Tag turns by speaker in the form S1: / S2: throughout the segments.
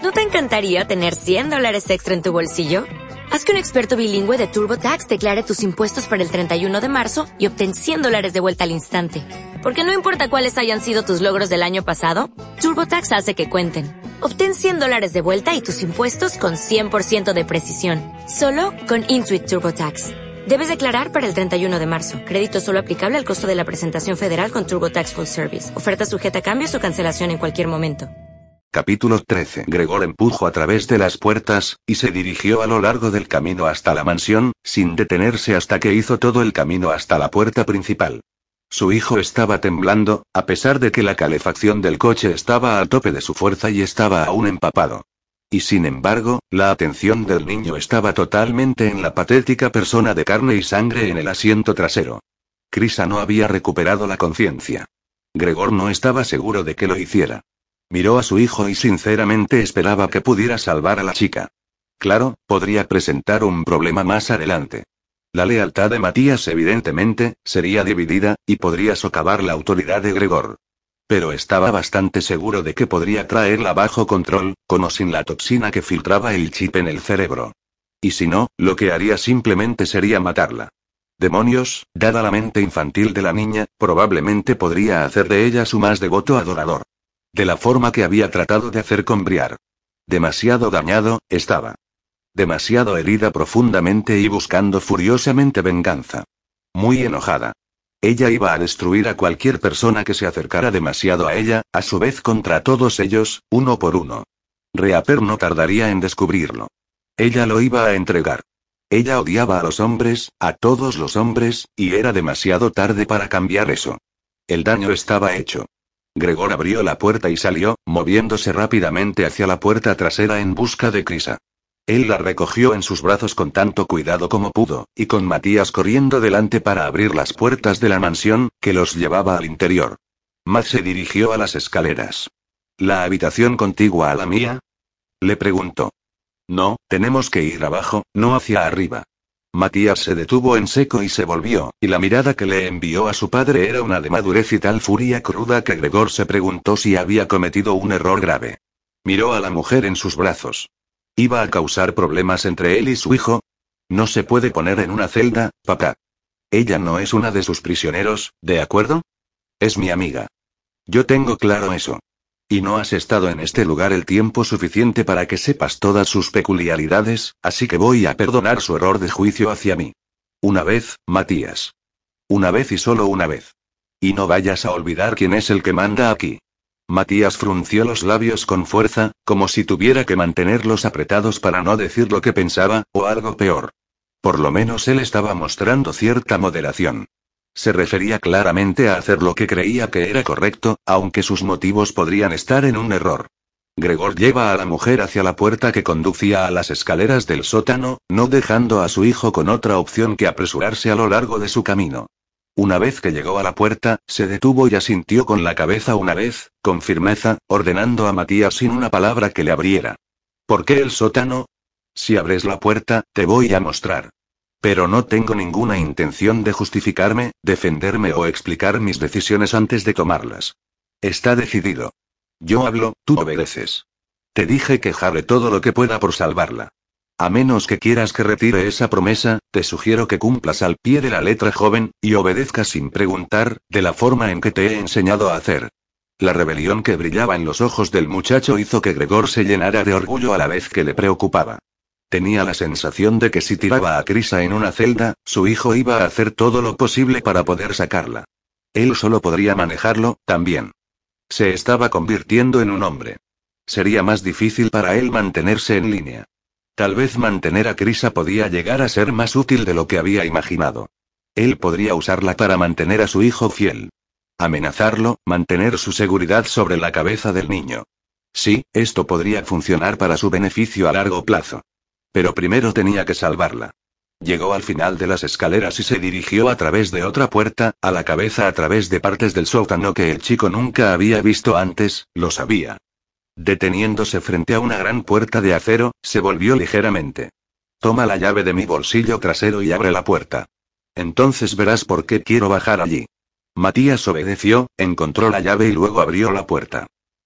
S1: ¿No te encantaría tener $100 extra en tu bolsillo? Haz que un experto bilingüe de TurboTax declare tus impuestos para el 31 de marzo y obtén $100 de vuelta al instante. Porque no importa cuáles hayan sido tus logros del año pasado, TurboTax hace que cuenten. Obtén $100 de vuelta y tus impuestos con 100% de precisión. Solo con Intuit TurboTax. Debes declarar para el 31 de marzo. Crédito solo aplicable al costo de la presentación federal con TurboTax Full Service. Oferta sujeta a cambios o cancelación en cualquier momento.
S2: Capítulo 13. Gregor empujó a través de las puertas, y se dirigió a lo largo del camino hasta la mansión, sin detenerse hasta que hizo todo el camino hasta la puerta principal. Su hijo estaba temblando, a pesar de que la calefacción del coche estaba a tope de su fuerza y estaba aún empapado. Y sin embargo, la atención del niño estaba totalmente en la patética persona de carne y sangre en el asiento trasero. Krisa no había recuperado la conciencia. Gregor no estaba seguro de que lo hiciera. Miró a su hijo y sinceramente esperaba que pudiera salvar a la chica. Claro, podría presentar un problema más adelante. La lealtad de Matías evidentemente sería dividida, y podría socavar la autoridad de Gregor. Pero estaba bastante seguro de que podría traerla bajo control, con o sin la toxina que filtraba el chip en el cerebro. Y si no, lo que haría simplemente sería matarla. Demonios, dada la mente infantil de la niña, probablemente podría hacer de ella su más devoto adorador. De la forma que había tratado de hacer con Briar. Demasiado dañado, estaba. Demasiado herida profundamente y buscando furiosamente venganza. Muy enojada. Ella iba a destruir a cualquier persona que se acercara demasiado a ella, a su vez contra todos ellos, uno por uno. Reaper no tardaría en descubrirlo. Ella lo iba a entregar. Ella odiaba a los hombres, a todos los hombres, y era demasiado tarde para cambiar eso. El daño estaba hecho. Gregor abrió la puerta y salió, moviéndose rápidamente hacia la puerta trasera en busca de Krisa. Él la recogió en sus brazos con tanto cuidado como pudo, y con Matías corriendo delante para abrir las puertas de la mansión, que los llevaba al interior. Matt se dirigió a las escaleras. ¿La habitación contigua a la mía? Le preguntó. No, tenemos que ir abajo, no hacia arriba. Matías se detuvo en seco y se volvió, y la mirada que le envió a su padre era una de madurez y tal furia cruda que Gregor se preguntó si había cometido un error grave. Miró a la mujer en sus brazos. ¿Iba a causar problemas entre él y su hijo? No se puede poner en una celda, papá. Ella no es una de sus prisioneros, ¿de acuerdo? Es mi amiga. Yo tengo claro eso. Y no has estado en este lugar el tiempo suficiente para que sepas todas sus peculiaridades, así que voy a perdonar su error de juicio hacia mí. Una vez, Matías. Una vez y solo una vez. Y no vayas a olvidar quién es el que manda aquí. Matías frunció los labios con fuerza, como si tuviera que mantenerlos apretados para no decir lo que pensaba, o algo peor. Por lo menos él estaba mostrando cierta moderación. Se refería claramente a hacer lo que creía que era correcto, aunque sus motivos podrían estar en un error. Gregor lleva a la mujer hacia la puerta que conducía a las escaleras del sótano, no dejando a su hijo con otra opción que apresurarse a lo largo de su camino. Una vez que llegó a la puerta, se detuvo y asintió con la cabeza una vez, con firmeza, ordenando a Matías sin una palabra que le abriera. ¿Por qué el sótano? Si abres la puerta, te voy a mostrar. Pero no tengo ninguna intención de justificarme, defenderme o explicar mis decisiones antes de tomarlas. Está decidido. Yo hablo, tú obedeces. Te dije que haré todo lo que pueda por salvarla. A menos que quieras que retire esa promesa, te sugiero que cumplas al pie de la letra, joven, y obedezcas sin preguntar, de la forma en que te he enseñado a hacer. La rebelión que brillaba en los ojos del muchacho hizo que Gregor se llenara de orgullo a la vez que le preocupaba. Tenía la sensación de que si tiraba a Krisa en una celda, su hijo iba a hacer todo lo posible para poder sacarla. Él solo podría manejarlo, también. Se estaba convirtiendo en un hombre. Sería más difícil para él mantenerse en línea. Tal vez mantener a Krisa podía llegar a ser más útil de lo que había imaginado. Él podría usarla para mantener a su hijo fiel. Amenazarlo, mantener su seguridad sobre la cabeza del niño. Sí, esto podría funcionar para su beneficio a largo plazo. Pero primero tenía que salvarla. Llegó al final de las escaleras y se dirigió a través de otra puerta, a la cabeza a través de partes del sótano que el chico nunca había visto antes, lo sabía. Deteniéndose frente a una gran puerta de acero, se volvió ligeramente. Toma la llave de mi bolsillo trasero y abre la puerta. Entonces verás por qué quiero bajar allí. Matías obedeció, encontró la llave y luego abrió la puerta.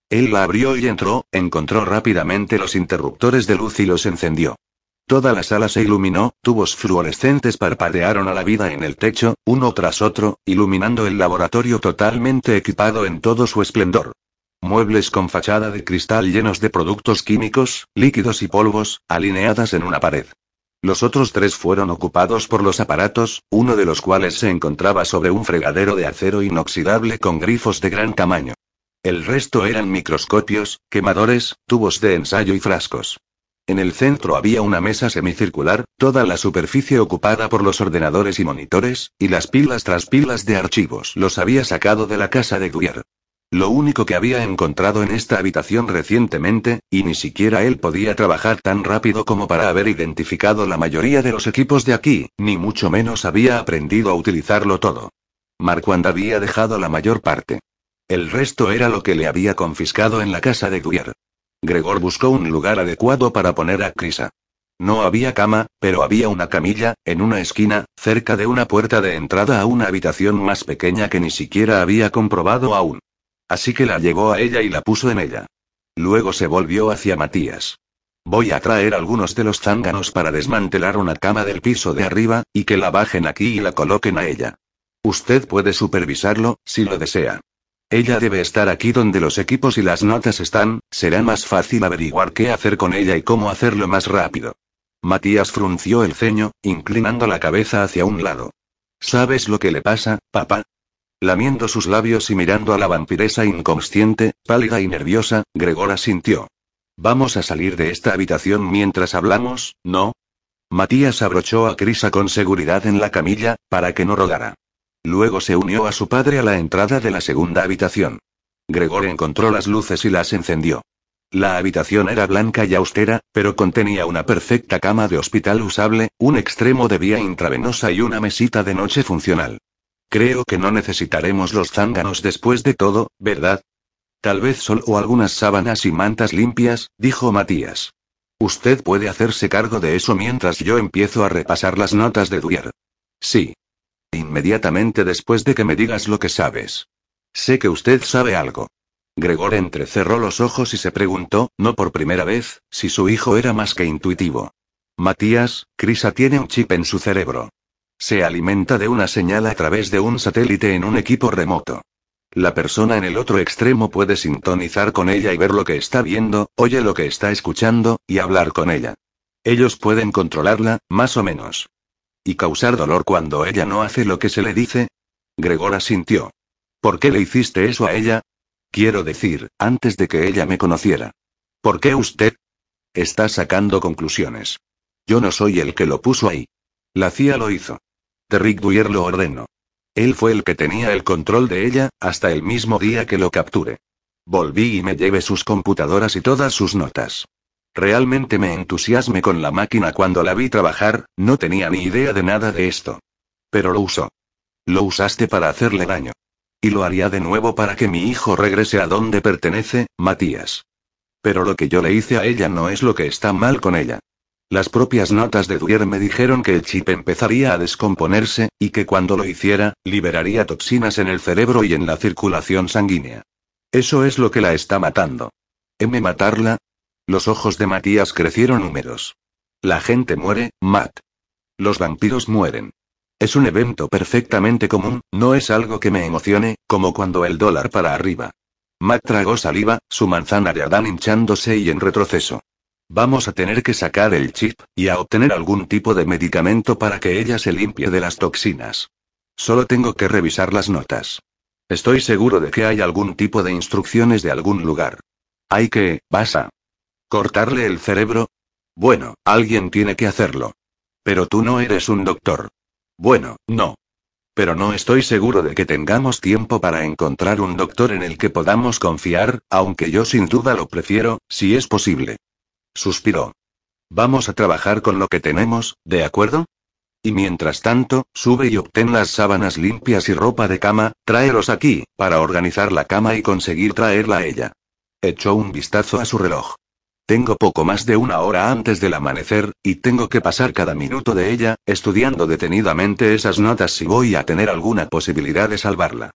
S2: Él la abrió y entró, encontró rápidamente los interruptores de luz y los encendió. Toda la sala se iluminó, tubos fluorescentes parpadearon a la vida en el techo, uno tras otro, iluminando el laboratorio totalmente equipado en todo su esplendor. Muebles con fachada de cristal llenos de productos químicos, líquidos y polvos, alineadas en una pared. Los otros 3 fueron ocupados por los aparatos, uno de los cuales se encontraba sobre un fregadero de acero inoxidable con grifos de gran tamaño. El resto eran microscopios, quemadores, tubos de ensayo y frascos. En el centro había una mesa semicircular, toda la superficie ocupada por los ordenadores y monitores, y las pilas tras pilas de archivos los había sacado de la casa de Dwyer. Lo único que había encontrado en esta habitación recientemente, y ni siquiera él podía trabajar tan rápido como para haber identificado la mayoría de los equipos de aquí, ni mucho menos había aprendido a utilizarlo todo. Marquand había dejado la mayor parte. El resto era lo que le había confiscado en la casa de Dwyer. Gregor buscó un lugar adecuado para poner a Krisa. No había cama, pero había una camilla, en una esquina, cerca de una puerta de entrada a una habitación más pequeña que ni siquiera había comprobado aún. Así que la llevó a ella y la puso en ella. Luego se volvió hacia Matías. Voy a traer algunos de los zánganos para desmantelar una cama del piso de arriba, y que la bajen aquí y la coloquen a ella. Usted puede supervisarlo, si lo desea. Ella debe estar aquí donde los equipos y las notas están, será más fácil averiguar qué hacer con ella y cómo hacerlo más rápido. Matías frunció el ceño, inclinando la cabeza hacia un lado. ¿Sabes lo que le pasa, papá? Lamiendo sus labios y mirando a la vampiresa inconsciente, pálida y nerviosa, Gregor asintió. Vamos a salir de esta habitación mientras hablamos, ¿no? Matías abrochó a Krisa con seguridad en la camilla, para que no rodara. Luego se unió a su padre a la entrada de la segunda habitación. Gregor encontró las luces y las encendió. La habitación era blanca y austera, pero contenía una perfecta cama de hospital usable, un extremo de vía intravenosa y una mesita de noche funcional. Creo que no necesitaremos los zánganos después de todo, ¿verdad? Tal vez solo algunas sábanas y mantas limpias, dijo Matías. Usted puede hacerse cargo de eso mientras yo empiezo a repasar las notas de Dwyer. Sí. Inmediatamente después de que me digas lo que sabes. Sé que usted sabe algo. Gregor entrecerró los ojos y se preguntó, no por primera vez, si su hijo era más que intuitivo. Matías, Krisa tiene un chip en su cerebro. Se alimenta de una señal a través de un satélite en un equipo remoto. La persona en el otro extremo puede sintonizar con ella y ver lo que está viendo, oye lo que está escuchando, y hablar con ella. Ellos pueden controlarla, más o menos. ¿Y causar dolor cuando ella no hace lo que se le dice? Gregor asintió. ¿Por qué le hiciste eso a ella? Quiero decir, antes de que ella me conociera. ¿Por qué usted? Está sacando conclusiones. Yo no soy el que lo puso ahí. La CIA lo hizo. Derrick Dwyer lo ordenó. Él fue el que tenía el control de ella, hasta el mismo día que lo capturé. Volví y me llevé sus computadoras y todas sus notas. Realmente me entusiasmé con la máquina cuando la vi trabajar, no tenía ni idea de nada de esto. Pero lo usó. Lo usaste para hacerle daño. Y lo haría de nuevo para que mi hijo regrese a donde pertenece, Matías. Pero lo que yo le hice a ella no es lo que está mal con ella. Las propias notas de Dwyer me dijeron que el chip empezaría a descomponerse, y que cuando lo hiciera, liberaría toxinas en el cerebro y en la circulación sanguínea. Eso es lo que la está matando. ¿Heme matarla? Los ojos de Matías crecieron húmedos. La gente muere, Matt. Los vampiros mueren. Es un evento perfectamente común, no es algo que me emocione, como cuando el dólar para arriba. Matt tragó saliva, su manzana de Adán hinchándose y en retroceso. Vamos a tener que sacar el chip, y a obtener algún tipo de medicamento para que ella se limpie de las toxinas. Solo tengo que revisar las notas. Estoy seguro de que hay algún tipo de instrucciones de algún lugar. Hay que, ¿vas a cortarle el cerebro? Bueno, alguien tiene que hacerlo. Pero tú no eres un doctor. Bueno, no. Pero no estoy seguro de que tengamos tiempo para encontrar un doctor en el que podamos confiar, aunque yo sin duda lo prefiero, si es posible. Suspiró. Vamos a trabajar con lo que tenemos, ¿de acuerdo? Y mientras tanto, sube y obtén las sábanas limpias y ropa de cama, tráelos aquí, para organizar la cama y conseguir traerla a ella. Echó un vistazo a su reloj. Tengo poco más de una hora antes del amanecer, y tengo que pasar cada minuto de ella, estudiando detenidamente esas notas si voy a tener alguna posibilidad de salvarla.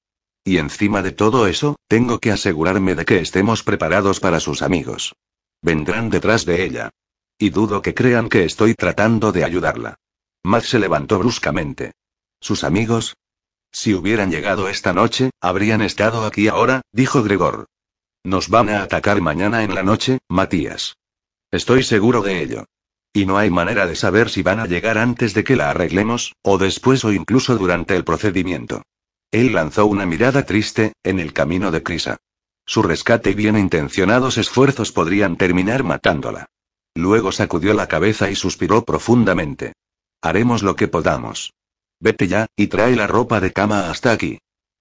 S2: Y encima de todo eso, tengo que asegurarme de que estemos preparados para sus amigos. Vendrán detrás de ella. Y dudo que crean que estoy tratando de ayudarla. Matt se levantó bruscamente. ¿Sus amigos? Si hubieran llegado esta noche, habrían estado aquí ahora, dijo Gregor. Nos van a atacar mañana en la noche, Matías. Estoy seguro de ello. Y no hay manera de saber si van a llegar antes de que la arreglemos, o después o incluso durante el procedimiento. Él lanzó una mirada triste, en el camino de Krisa. Su rescate y bien intencionados esfuerzos podrían terminar matándola. Luego sacudió la cabeza y suspiró profundamente. Haremos lo que podamos. Vete ya, y trae la ropa de cama hasta aquí.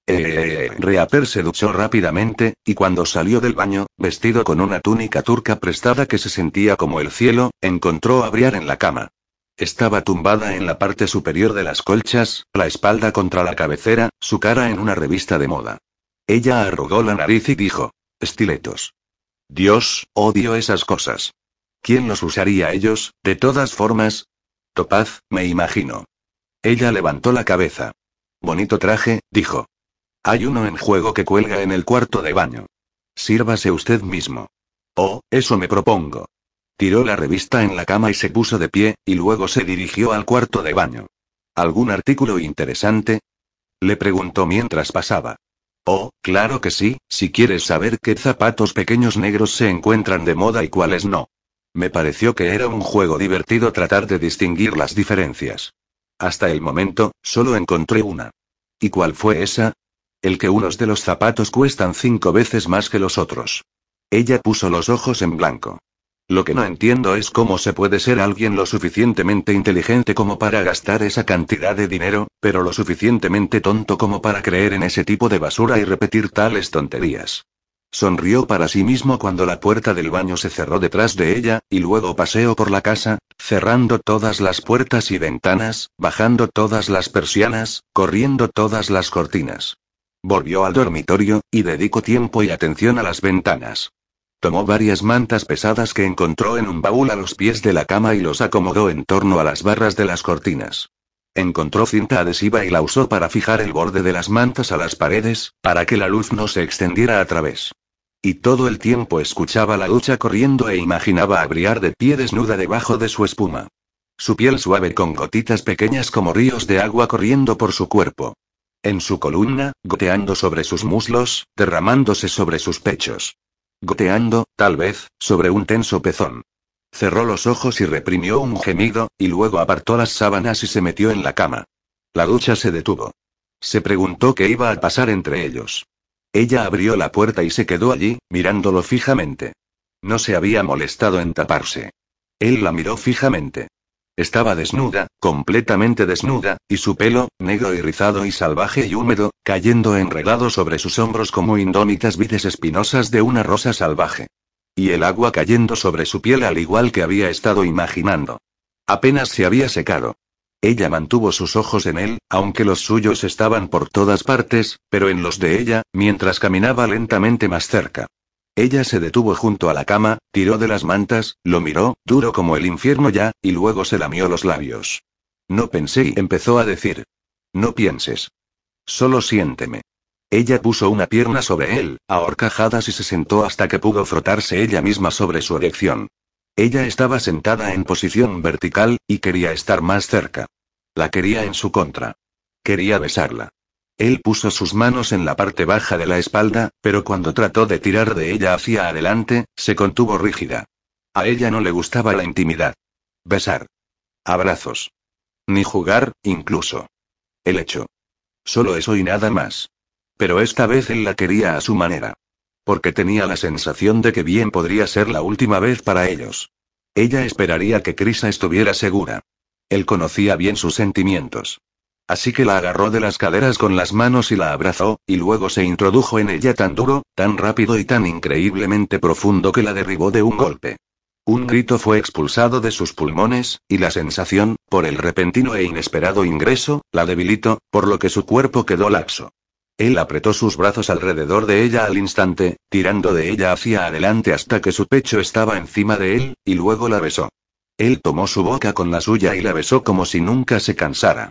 S2: Reaper se duchó rápidamente, y cuando salió del baño, vestido con una túnica turca prestada que se sentía como el cielo, encontró a Briar en la cama. Estaba tumbada en la parte superior de las colchas, la espalda contra la cabecera, su cara en una revista de moda. Ella arrugó la nariz y dijo: estiletos. Dios, odio esas cosas. ¿Quién los usaría ellos, de todas formas? Topaz, me imagino. Ella levantó la cabeza. Bonito traje, dijo. Hay uno en juego que cuelga en el cuarto de baño. Sírvase usted mismo. Oh, eso me propongo. Tiró la revista en la cama y se puso de pie, y luego se dirigió al cuarto de baño. ¿Algún artículo interesante? Le preguntó mientras pasaba. Oh, claro que sí, si quieres saber qué zapatos pequeños negros se encuentran de moda y cuáles no. Me pareció que era un juego divertido tratar de distinguir las diferencias. Hasta el momento, solo encontré una. ¿Y cuál fue esa? El que unos de los zapatos cuestan 5 veces más que los otros. Ella puso los ojos en blanco. Lo que no entiendo es cómo se puede ser alguien lo suficientemente inteligente como para gastar esa cantidad de dinero, pero lo suficientemente tonto como para creer en ese tipo de basura y repetir tales tonterías. Sonrió para sí mismo cuando la puerta del baño se cerró detrás de ella, y luego paseó por la casa, cerrando todas las puertas y ventanas, bajando todas las persianas, corriendo todas las cortinas. Volvió al dormitorio, y dedicó tiempo y atención a las ventanas. Tomó varias mantas pesadas que encontró en un baúl a los pies de la cama y los acomodó en torno a las barras de las cortinas. Encontró cinta adhesiva y la usó para fijar el borde de las mantas a las paredes, para que la luz no se extendiera a través. Y todo el tiempo escuchaba la ducha corriendo e imaginaba a Briar de pie desnuda debajo de su espuma. Su piel suave con gotitas pequeñas como ríos de agua corriendo por su cuerpo. En su columna, goteando sobre sus muslos, derramándose sobre sus pechos. Goteando, tal vez, sobre un tenso pezón. Cerró los ojos y reprimió un gemido, y luego apartó las sábanas y se metió en la cama. La ducha se detuvo. Se preguntó qué iba a pasar entre ellos. Ella abrió la puerta y se quedó allí, mirándolo fijamente. No se había molestado en taparse. Él la miró fijamente. Estaba desnuda, completamente desnuda, y su pelo, negro y rizado y salvaje y húmedo, cayendo enredado sobre sus hombros como indómitas vides espinosas de una rosa salvaje. Y el agua cayendo sobre su piel al igual que había estado imaginando. Apenas se había secado. Ella mantuvo sus ojos en él, aunque los suyos estaban por todas partes, pero en los de ella, mientras caminaba lentamente más cerca. Ella se detuvo junto a la cama, tiró de las mantas, lo miró, duro como el infierno ya, y luego se lamió los labios. No pensé y empezó a decir. No pienses. Solo siénteme. Ella puso una pierna sobre él, a horcajadas y se sentó hasta que pudo frotarse ella misma sobre su erección. Ella estaba sentada en posición vertical, y quería estar más cerca. La quería en su contra. Quería besarla. Él puso sus manos en la parte baja de la espalda, pero cuando trató de tirar de ella hacia adelante, se contuvo rígida. A ella no le gustaba la intimidad. Besar. Abrazos. Ni jugar, incluso. El hecho. Solo eso y nada más. Pero esta vez él la quería a su manera. Porque tenía la sensación de que bien podría ser la última vez para ellos. Ella esperaría que Krisa estuviera segura. Él conocía bien sus sentimientos. Así que la agarró de las caderas con las manos y la abrazó, y luego se introdujo en ella tan duro, tan rápido y tan increíblemente profundo que la derribó de un golpe. Un grito fue expulsado de sus pulmones, y la sensación, por el repentino e inesperado ingreso, la debilitó, por lo que su cuerpo quedó laxo. Él apretó sus brazos alrededor de ella al instante, tirando de ella hacia adelante hasta que su pecho estaba encima de él, y luego la besó. Él tomó su boca con la suya y la besó como si nunca se cansara.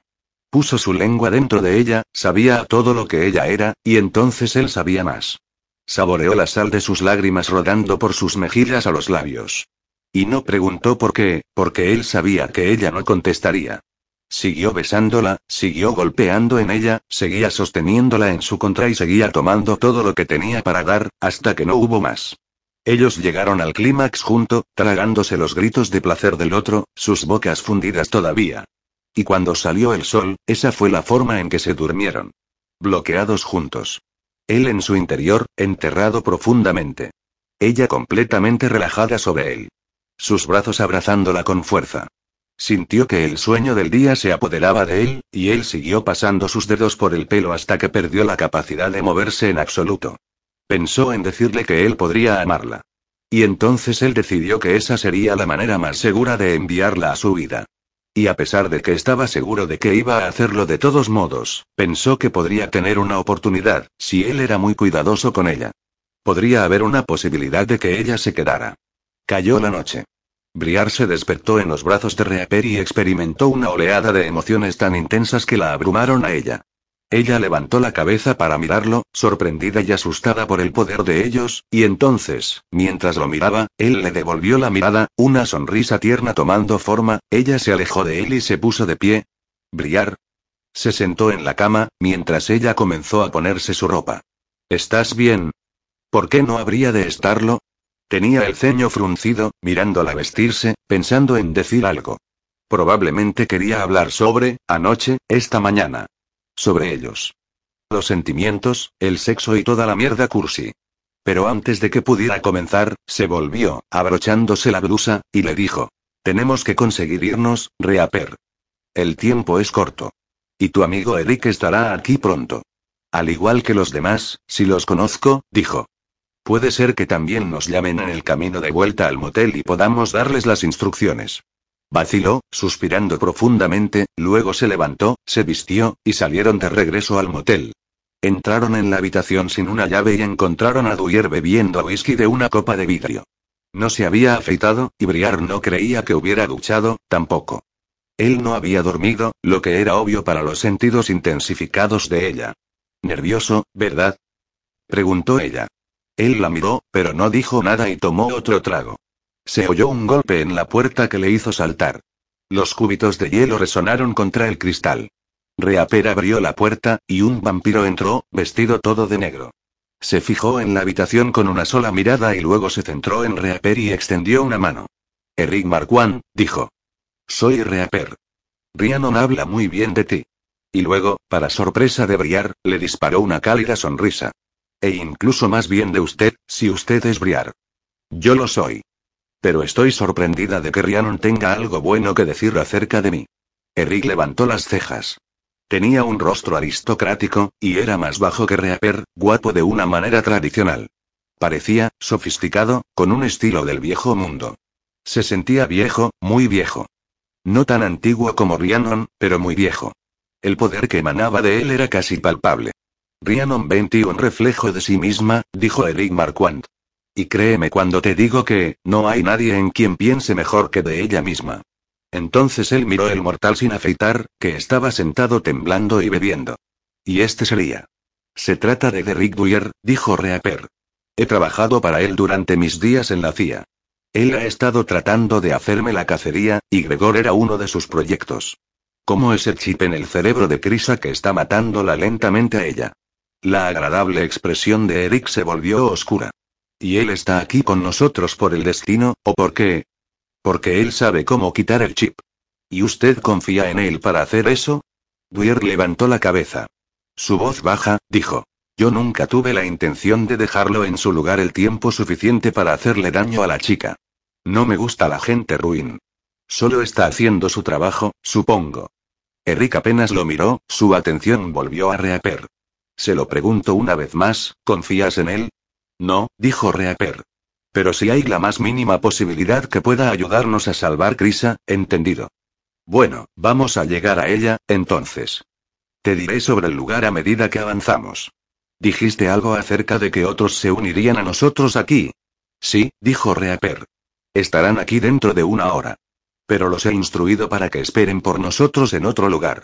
S2: Puso su lengua dentro de ella, sabía todo lo que ella era, y entonces él sabía más. Saboreó la sal de sus lágrimas rodando por sus mejillas a los labios. Y no preguntó por qué, porque él sabía que ella no contestaría. Siguió besándola, siguió golpeando en ella, seguía sosteniéndola en su contra y seguía tomando todo lo que tenía para dar, hasta que no hubo más. Ellos llegaron al clímax junto, tragándose los gritos de placer del otro, sus bocas fundidas todavía. Y cuando salió el sol, esa fue la forma en que se durmieron. Bloqueados juntos. Él en su interior, enterrado profundamente. Ella completamente relajada sobre él. Sus brazos abrazándola con fuerza. Sintió que el sueño del día se apoderaba de él, y él siguió pasando sus dedos por el pelo hasta que perdió la capacidad de moverse en absoluto. Pensó en decirle que él podría amarla. Y entonces él decidió que esa sería la manera más segura de enviarla a su vida. Y a pesar de que estaba seguro de que iba a hacerlo de todos modos, pensó que podría tener una oportunidad, si él era muy cuidadoso con ella. Podría haber una posibilidad de que ella se quedara. Cayó la noche. Briar se despertó en los brazos de Reaper y experimentó una oleada de emociones tan intensas que la abrumaron a ella. Ella levantó la cabeza para mirarlo, sorprendida y asustada por el poder de ellos, y entonces, mientras lo miraba, él le devolvió la mirada, una sonrisa tierna tomando forma, ella se alejó de él y se puso de pie. Briar. Se sentó en la cama, mientras ella comenzó a ponerse su ropa. ¿Estás bien? ¿Por qué no habría de estarlo? Tenía el ceño fruncido, mirándola vestirse, pensando en decir algo. Probablemente quería hablar sobre, anoche, esta mañana. Sobre ellos. Los sentimientos, el sexo y toda la mierda cursi. Pero antes de que pudiera comenzar, se volvió, abrochándose la blusa, y le dijo. Tenemos que conseguir irnos, Reaper. El tiempo es corto. Y tu amigo Eric estará aquí pronto. Al igual que los demás, si los conozco, dijo. Puede ser que también nos llamen en el camino de vuelta al motel y podamos darles las instrucciones. Vaciló, suspirando profundamente, luego se levantó, se vistió, y salieron de regreso al motel. Entraron en la habitación sin una llave y encontraron a Dwyer bebiendo whisky de una copa de vidrio. No se había afeitado, y Briar no creía que hubiera duchado, tampoco. Él no había dormido, lo que era obvio para los sentidos intensificados de ella. ¿Nervioso, verdad?, preguntó ella. Él la miró, pero no dijo nada y tomó otro trago. Se oyó un golpe en la puerta que le hizo saltar. Los cúbitos de hielo resonaron contra el cristal. Reaper abrió la puerta, y un vampiro entró, vestido todo de negro. Se fijó en la habitación con una sola mirada y luego se centró en Reaper y extendió una mano. Eric Marquand, dijo. Soy Reaper. Rhiannon habla muy bien de ti. Y luego, para sorpresa de Briar, le disparó una cálida sonrisa. E incluso más bien de usted, si usted es Briar. Yo lo soy. Pero estoy sorprendida de que Rhiannon tenga algo bueno que decir acerca de mí. Eric levantó las cejas. Tenía un rostro aristocrático, y era más bajo que Reaper, guapo de una manera tradicional. Parecía, sofisticado, con un estilo del viejo mundo. Se sentía viejo, muy viejo. No tan antiguo como Rhiannon, pero muy viejo. El poder que emanaba de él era casi palpable. Rhiannon 21 reflejo de sí misma, dijo Eric Marquand. Y créeme cuando te digo que, no hay nadie en quien piense mejor que de ella misma. Entonces él miró el mortal sin afeitar, que estaba sentado temblando y bebiendo. Y este sería. Se trata de Derrick Dwyer, dijo Reaper. He trabajado para él durante mis días en la CIA. Él ha estado tratando de hacerme la cacería, y Gregor era uno de sus proyectos. Como ese chip en el cerebro de Krisa que está matándola lentamente a ella. La agradable expresión de Eric se volvió oscura. ¿Y él está aquí con nosotros por el destino, o por qué? Porque él sabe cómo quitar el chip. ¿Y usted confía en él para hacer eso? Dwyer levantó la cabeza. Su voz baja, dijo. Yo nunca tuve la intención de dejarlo en su lugar el tiempo suficiente para hacerle daño a la chica. No me gusta la gente ruin. Solo está haciendo su trabajo, supongo. Eric apenas lo miró, su atención volvió a Reaper. Se lo pregunto una vez más, ¿confías en él? No, dijo Reaper. Pero si hay la más mínima posibilidad que pueda ayudarnos a salvar Krisa, entendido. Bueno, vamos a llegar a ella, entonces. Te diré sobre el lugar a medida que avanzamos. ¿Dijiste algo acerca de que otros se unirían a nosotros aquí? Sí, dijo Reaper. Estarán aquí dentro de una hora. Pero los he instruido para que esperen por nosotros en otro lugar.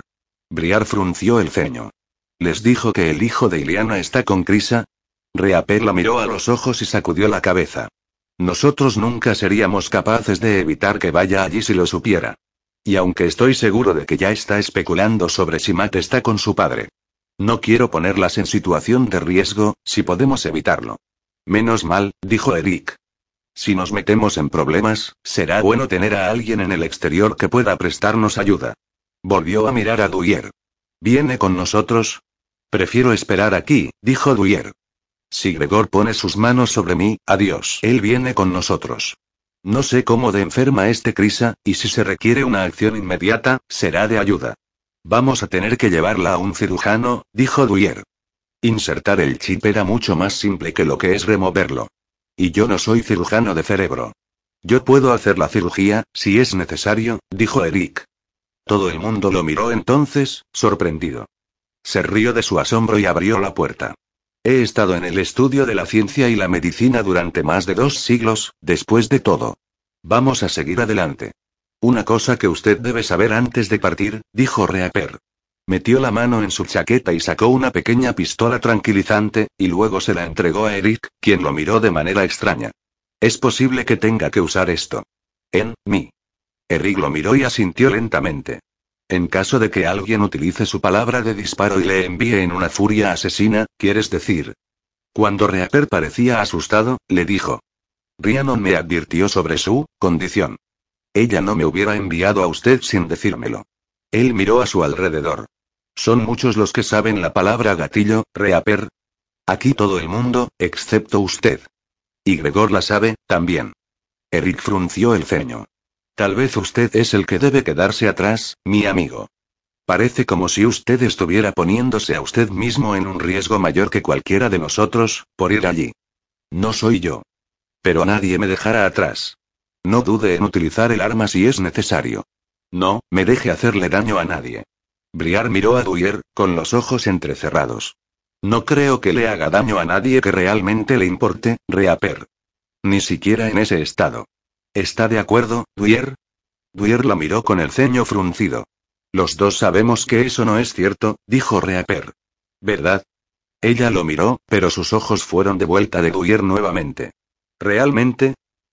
S2: Briar frunció el ceño. ¿Les dijo que el hijo de Iliana está con Krisa? Reaper la miró a los ojos y sacudió la cabeza. Nosotros nunca seríamos capaces de evitar que vaya allí si lo supiera. Y aunque estoy seguro de que ya está especulando sobre si Matt está con su padre. No quiero ponerlas en situación de riesgo, si podemos evitarlo. Menos mal, dijo Eric. Si nos metemos en problemas, será bueno tener a alguien en el exterior que pueda prestarnos ayuda. Volvió a mirar a Dwyer. ¿Viene con nosotros? Prefiero esperar aquí, dijo Dwyer. Si Gregor pone sus manos sobre mí, adiós. Él viene con nosotros. No sé cómo de enferma esté Krisa, y si se requiere una acción inmediata, será de ayuda. Vamos a tener que llevarla a un cirujano, dijo Dwyer. Insertar el chip era mucho más simple que lo que es removerlo. Y yo no soy cirujano de cerebro. Yo puedo hacer la cirugía, si es necesario, dijo Eric. Todo el mundo lo miró entonces, sorprendido. Se rió de su asombro y abrió la puerta. He estado en el estudio de la ciencia y la medicina durante más de 2 siglos, después de todo. Vamos a seguir adelante. Una cosa que usted debe saber antes de partir, dijo Reaper. Metió la mano en su chaqueta y sacó una pequeña pistola tranquilizante, y luego se la entregó a Eric, quien lo miró de manera extraña. Es posible que tenga que usar esto. En mí. Eric lo miró y asintió lentamente. En caso de que alguien utilice su palabra de disparo y le envíe en una furia asesina, ¿quieres decir? Cuando Reaper parecía asustado, le dijo. Rhiannon me advirtió sobre su condición. Ella no me hubiera enviado a usted sin decírmelo. Él miró a su alrededor. Son muchos los que saben la palabra gatillo, Reaper. Aquí todo el mundo, excepto usted. Y Gregor la sabe, también. Eric frunció el ceño. Tal vez usted es el que debe quedarse atrás, mi amigo. Parece como si usted estuviera poniéndose a usted mismo en un riesgo mayor que cualquiera de nosotros, por ir allí. No soy yo. Pero nadie me dejará atrás. No dude en utilizar el arma si es necesario. No, me deje hacerle daño a nadie. Briar miró a Dwyer, con los ojos entrecerrados. No creo que le haga daño a nadie que realmente le importe, Reaper. Ni siquiera en ese estado. ¿Está de acuerdo, Dwyer? Dwyer la miró con el ceño fruncido. Los dos sabemos que eso no es cierto, dijo Reaper. ¿Verdad? Ella lo miró, pero sus ojos fueron de vuelta de Dwyer nuevamente. ¿Realmente?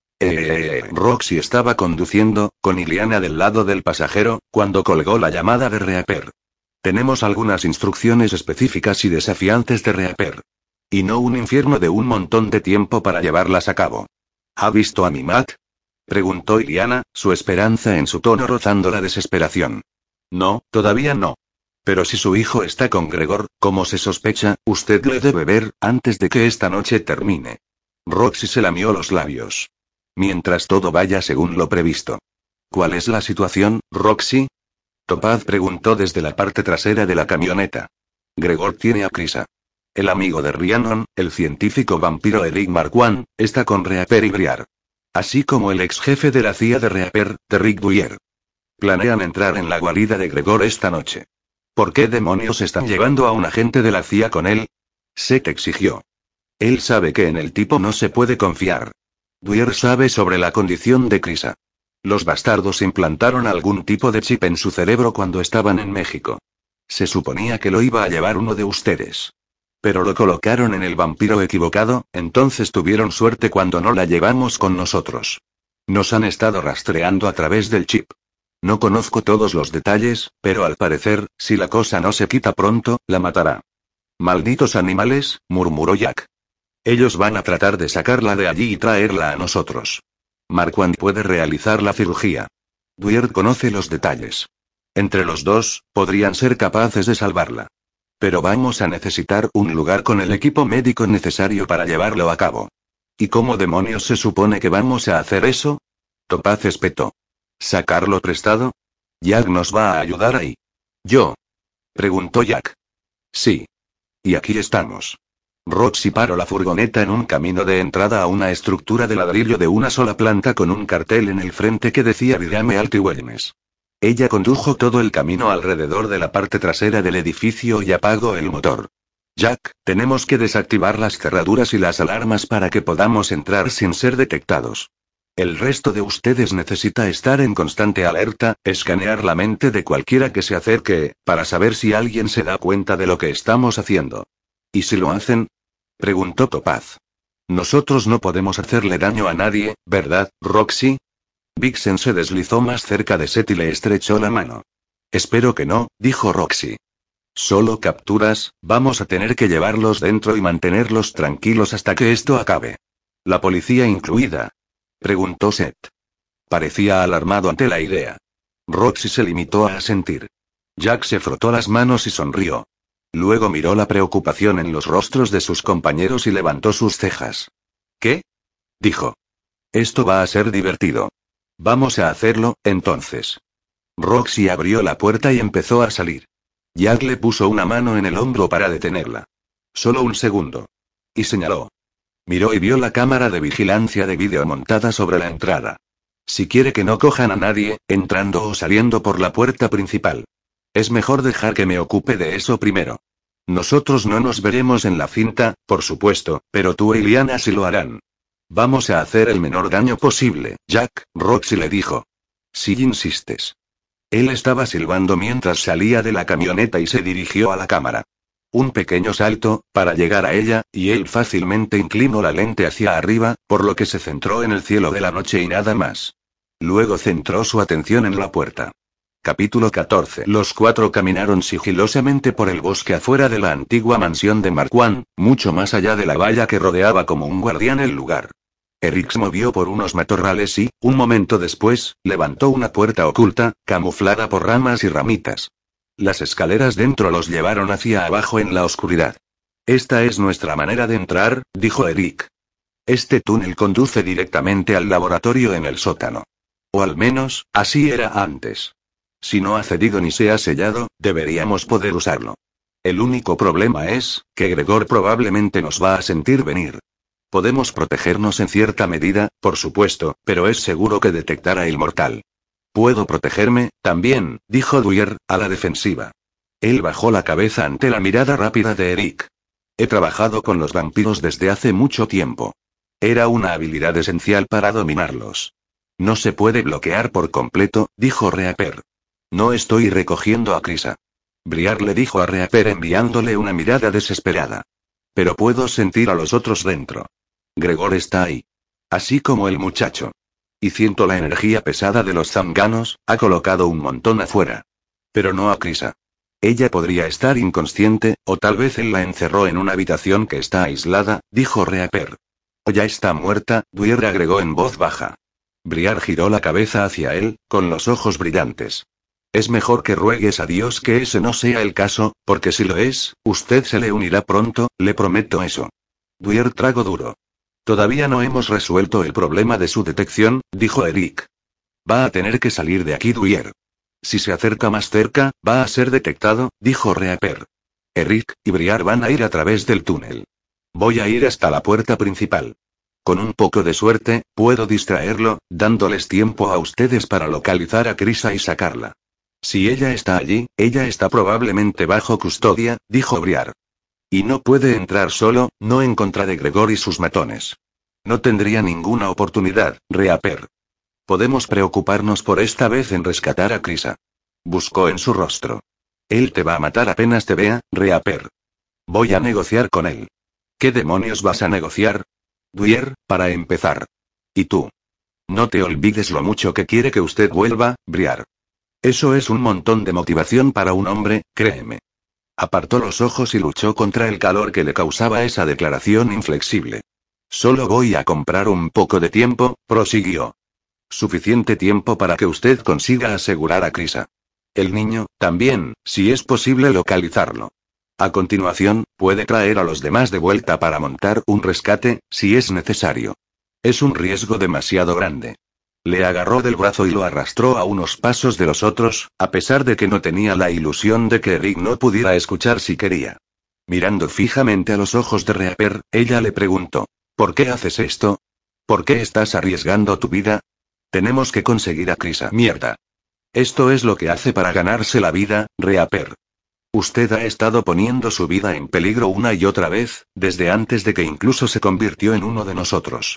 S2: Roxy estaba conduciendo, con Iliana del lado del pasajero, cuando colgó la llamada de Reaper. Tenemos algunas instrucciones específicas y desafiantes de Reaper. Y no un infierno de un montón de tiempo para llevarlas a cabo. ¿Ha visto a mi Matt? Preguntó Iliana, su esperanza en su tono rozando la desesperación. No, todavía no. Pero si su hijo está con Gregor, como se sospecha, usted le debe ver, antes de que esta noche termine. Roxy se lamió los labios. Mientras todo vaya según lo previsto. ¿Cuál es la situación, Roxy? Topaz preguntó desde la parte trasera de la camioneta. Gregor tiene a Krisa. El amigo de Rhiannon, el científico vampiro Eric Marquand, está con Reaper y Briar. Así como el ex jefe de la CIA de Reaper, Rick Dwyer. Planean entrar en la guarida de Gregor esta noche. ¿Por qué demonios están llevando a un agente de la CIA con él? Seth exigió. Él sabe que en el tipo no se puede confiar. Dwyer sabe sobre la condición de Krisa. Los bastardos implantaron algún tipo de chip en su cerebro cuando estaban en México. Se suponía que lo iba a llevar uno de ustedes. Pero lo colocaron en el vampiro equivocado, entonces tuvieron suerte cuando no la llevamos con nosotros. Nos han estado rastreando a través del chip. No conozco todos los detalles, pero al parecer, si la cosa no se quita pronto, la matará. Malditos animales, murmuró Jack. Ellos van a tratar de sacarla de allí y traerla a nosotros. Marquand puede realizar la cirugía. Dwyer conoce los detalles. Entre los dos, podrían ser capaces de salvarla. Pero vamos a necesitar un lugar con el equipo médico necesario para llevarlo a cabo. ¿Y cómo demonios se supone que vamos a hacer eso? Topaz espetó. ¿Sacarlo prestado? Jack nos va a ayudar ahí. ¿Yo? Preguntó Jack. Sí. Y aquí estamos. Roxy paró la furgoneta en un camino de entrada a una estructura de ladrillo de una sola planta con un cartel en el frente que decía Virame Alti Wellness. Ella condujo todo el camino alrededor de la parte trasera del edificio y apagó el motor. Jack, tenemos que desactivar las cerraduras y las alarmas para que podamos entrar sin ser detectados. El resto de ustedes necesita estar en constante alerta, escanear la mente de cualquiera que se acerque, para saber si alguien se da cuenta de lo que estamos haciendo. ¿Y si lo hacen? Preguntó Topaz. Nosotros no podemos hacerle daño a nadie, ¿verdad, Roxy? Vixen se deslizó más cerca de Seth y le estrechó la mano. Espero que no, dijo Roxy. Solo capturas, vamos a tener que llevarlos dentro y mantenerlos tranquilos hasta que esto acabe. ¿La policía incluida? Preguntó Seth. Parecía alarmado ante la idea. Roxy se limitó a asentir. Jack se frotó las manos y sonrió. Luego miró la preocupación en los rostros de sus compañeros y levantó sus cejas. ¿Qué? Dijo. Esto va a ser divertido. Vamos a hacerlo, entonces. Roxy abrió la puerta y empezó a salir. Jack le puso una mano en el hombro para detenerla. Solo un segundo. Y señaló. Miró y vio la cámara de vigilancia de vídeo montada sobre la entrada. Si quiere que no cojan a nadie, entrando o saliendo por la puerta principal. Es mejor dejar que me ocupe de eso primero. Nosotros no nos veremos en la cinta, por supuesto, pero tú y Liana sí lo harán. Vamos a hacer el menor daño posible, Jack, Roxy le dijo. Si insistes. Él estaba silbando mientras salía de la camioneta y se dirigió a la cámara. Un pequeño salto, para llegar a ella, y él fácilmente inclinó la lente hacia arriba, por lo que se centró en el cielo de la noche y nada más. Luego centró su atención en la puerta. Capítulo 14. Los cuatro caminaron sigilosamente por el bosque afuera de la antigua mansión de Marquand, mucho más allá de la valla que rodeaba como un guardián el lugar. Eric se movió por unos matorrales y, un momento después, levantó una puerta oculta, camuflada por ramas y ramitas. Las escaleras dentro los llevaron hacia abajo en la oscuridad. Esta es nuestra manera de entrar, dijo Eric. Este túnel conduce directamente al laboratorio en el sótano. O al menos, así era antes. Si no ha cedido ni se ha sellado, deberíamos poder usarlo. El único problema es, que Gregor probablemente nos va a sentir venir. Podemos protegernos en cierta medida, por supuesto, pero es seguro que detectará el mortal. Puedo protegerme, también, dijo Dwyer, a la defensiva. Él bajó la cabeza ante la mirada rápida de Eric. He trabajado con los vampiros desde hace mucho tiempo. Era una habilidad esencial para dominarlos. No se puede bloquear por completo, dijo Reaper. No estoy recogiendo a Krisa. Briar le dijo a Reaper enviándole una mirada desesperada. Pero puedo sentir a los otros dentro. Gregor está ahí. Así como el muchacho. Y siento la energía pesada de los zanganos, ha colocado un montón afuera. Pero no a Krisa. Ella podría estar inconsciente, o tal vez él la encerró en una habitación que está aislada, dijo Reaper. O ya está muerta, Dwyer agregó en voz baja. Briar giró la cabeza hacia él, con los ojos brillantes. Es mejor que ruegues a Dios que ese no sea el caso, porque si lo es, usted se le unirá pronto, le prometo eso. Dwyer tragó duro. Todavía no hemos resuelto el problema de su detección, dijo Eric. Va a tener que salir de aquí Dwyer. Si se acerca más cerca, va a ser detectado, dijo Reaper. Eric y Briar van a ir a través del túnel. Voy a ir hasta la puerta principal. Con un poco de suerte, puedo distraerlo, dándoles tiempo a ustedes para localizar a Krisa y sacarla. Si ella está allí, ella está probablemente bajo custodia, dijo Briar. Y no puede entrar solo, no en contra de Gregor y sus matones. No tendría ninguna oportunidad, Reaper. Podemos preocuparnos por esta vez en rescatar a Krisa. Buscó en su rostro. Él te va a matar apenas te vea, Reaper. Voy a negociar con él. ¿Qué demonios vas a negociar? Dwyer, para empezar. ¿Y tú? No te olvides lo mucho que quiere que usted vuelva, Briar. Eso es un montón de motivación para un hombre, créeme. Apartó los ojos y luchó contra el calor que le causaba esa declaración inflexible. Solo voy a comprar un poco de tiempo, prosiguió. Suficiente tiempo para que usted consiga asegurar a Krisa. El niño, también, si es posible localizarlo. A continuación, puede traer a los demás de vuelta para montar un rescate, si es necesario. Es un riesgo demasiado grande. Le agarró del brazo y lo arrastró a unos pasos de los otros, a pesar de que no tenía la ilusión de que Eric no pudiera escuchar si quería. Mirando fijamente a los ojos de Reaper, ella le preguntó, ¿por qué haces esto? ¿Por qué estás arriesgando tu vida? Tenemos que conseguir a Krisa. Mierda. Esto es lo que hace para ganarse la vida, Reaper. Usted ha estado poniendo su vida en peligro una y otra vez, desde antes de que incluso se convirtió en uno de nosotros.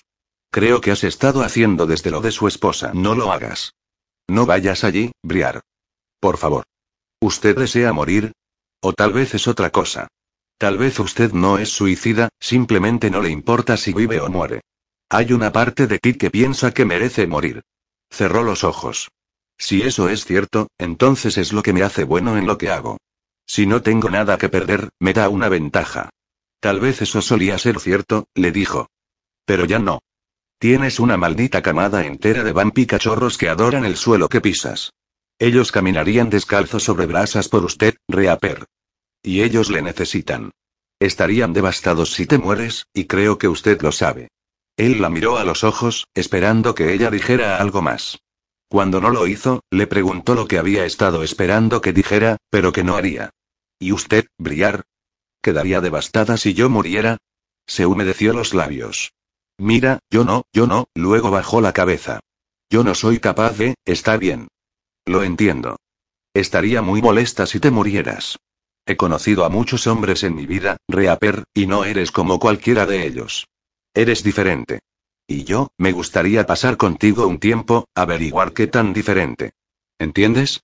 S2: Creo que has estado haciendo desde lo de su esposa. No lo hagas. No vayas allí, Briar. Por favor. ¿Usted desea morir? O tal vez es otra cosa. Tal vez usted no es suicida, simplemente no le importa si vive o muere. Hay una parte de ti que piensa que merece morir. Cerró los ojos. Si eso es cierto, entonces es lo que me hace bueno en lo que hago. Si no tengo nada que perder, me da una ventaja. Tal vez eso solía ser cierto, le dijo. Pero ya no. Tienes una maldita camada entera de vampicachorros que adoran el suelo que pisas. Ellos caminarían descalzos sobre brasas por usted, Reaper. Y ellos le necesitan. Estarían devastados si te mueres, y creo que usted lo sabe. Él la miró a los ojos, esperando que ella dijera algo más. Cuando no lo hizo, le preguntó lo que había estado esperando que dijera, pero que no haría. ¿Y usted, Briar? ¿Quedaría devastada si yo muriera? Se humedeció los labios. Mira, yo no, luego bajó la cabeza. Yo no soy capaz de, está bien. Lo entiendo. Estaría muy molesta si te murieras. He conocido a muchos hombres en mi vida, Reaper, y no eres como cualquiera de ellos. Eres diferente. Y yo, me gustaría pasar contigo un tiempo, averiguar qué tan diferente. ¿Entiendes?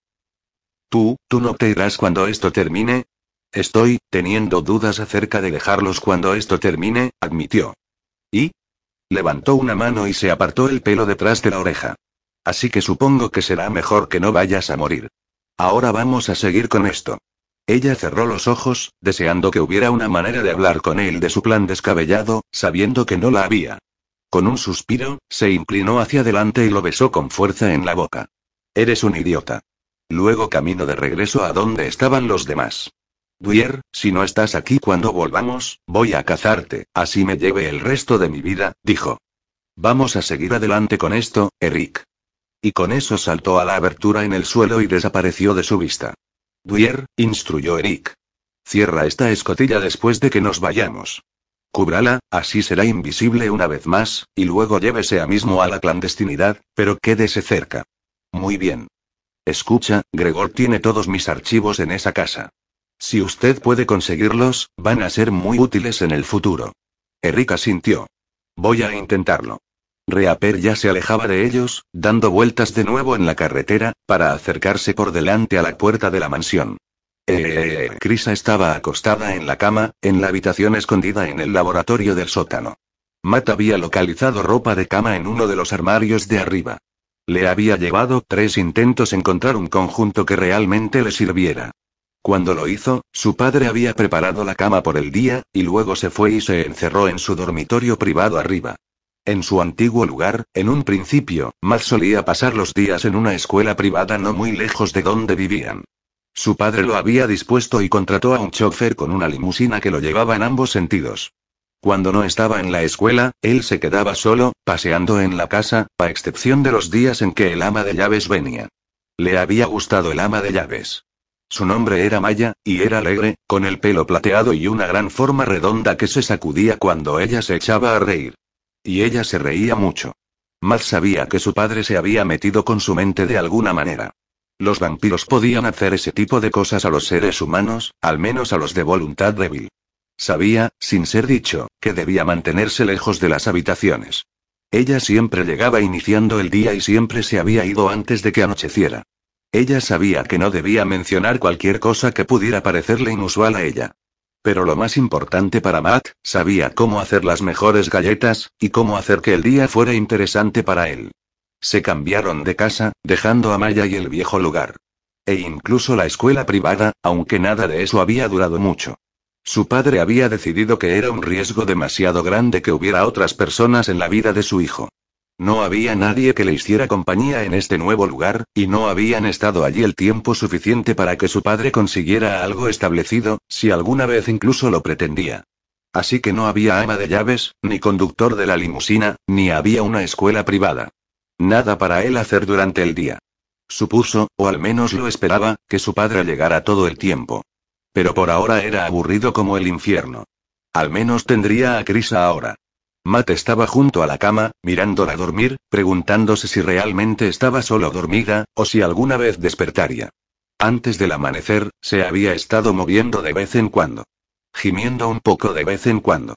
S2: ¿Tú no te irás cuando esto termine? Estoy teniendo dudas acerca de dejarlos cuando esto termine, admitió. ¿Y? Levantó una mano y se apartó el pelo detrás de la oreja. Así que supongo que será mejor que no vayas a morir. Ahora vamos a seguir con esto. Ella cerró los ojos, deseando que hubiera una manera de hablar con él de su plan descabellado, sabiendo que no la había. Con un suspiro, se inclinó hacia adelante y lo besó con fuerza en la boca. Eres un idiota. Luego caminó de regreso a donde estaban los demás. Dwyer, si no estás aquí cuando volvamos, voy a cazarte, así me lleve el resto de mi vida, dijo. Vamos a seguir adelante con esto, Eric. Y con eso saltó a la abertura en el suelo y desapareció de su vista. Dwyer, instruyó Eric. Cierra esta escotilla después de que nos vayamos. Cúbrala, así será invisible una vez más, y luego llévese a mismo a la clandestinidad, pero quédese cerca. Muy bien. Escucha, Gregor tiene todos mis archivos en esa casa. Si usted puede conseguirlos, van a ser muy útiles en el futuro. Eric asintió. Voy a intentarlo. Reaper ya se alejaba de ellos, dando vueltas de nuevo en la carretera, para acercarse por delante a la puerta de la mansión. Krisa estaba acostada en la cama, en la habitación escondida en el laboratorio del sótano. Matt había localizado ropa de cama en uno de los armarios de arriba. Le había llevado 3 intentos encontrar un conjunto que realmente le sirviera. Cuando lo hizo, su padre había preparado la cama por el día, y luego se fue y se encerró en su dormitorio privado arriba. En su antiguo lugar, en un principio, Matt solía pasar los días en una escuela privada no muy lejos de donde vivían. Su padre lo había dispuesto y contrató a un chofer con una limusina que lo llevaba en ambos sentidos. Cuando no estaba en la escuela, él se quedaba solo, paseando en la casa, a excepción de los días en que el ama de llaves venía. Le había gustado el ama de llaves. Su nombre era Maya, y era alegre, con el pelo plateado y una gran forma redonda que se sacudía cuando ella se echaba a reír. Y ella se reía mucho. Matt sabía que su padre se había metido con su mente de alguna manera. Los vampiros podían hacer ese tipo de cosas a los seres humanos, al menos a los de voluntad débil. Sabía, sin ser dicho, que debía mantenerse lejos de las habitaciones. Ella siempre llegaba iniciando el día y siempre se había ido antes de que anocheciera. Ella sabía que no debía mencionar cualquier cosa que pudiera parecerle inusual a ella. Pero lo más importante para Matt, sabía cómo hacer las mejores galletas, y cómo hacer que el día fuera interesante para él. Se cambiaron de casa, dejando a Maya y el viejo lugar. E incluso la escuela privada, aunque nada de eso había durado mucho. Su padre había decidido que era un riesgo demasiado grande que hubiera otras personas en la vida de su hijo. No había nadie que le hiciera compañía en este nuevo lugar, y no habían estado allí el tiempo suficiente para que su padre consiguiera algo establecido, si alguna vez incluso lo pretendía. Así que no había ama de llaves, ni conductor de la limusina, ni había una escuela privada. Nada para él hacer durante el día. Supuso, o al menos lo esperaba, que su padre llegara todo el tiempo. Pero por ahora era aburrido como el infierno. Al menos tendría a Krisa ahora. Matt estaba junto a la cama, mirándola dormir, preguntándose si realmente estaba solo dormida, o si alguna vez despertaría. Antes del amanecer, se había estado moviendo de vez en cuando. Gimiendo un poco de vez en cuando.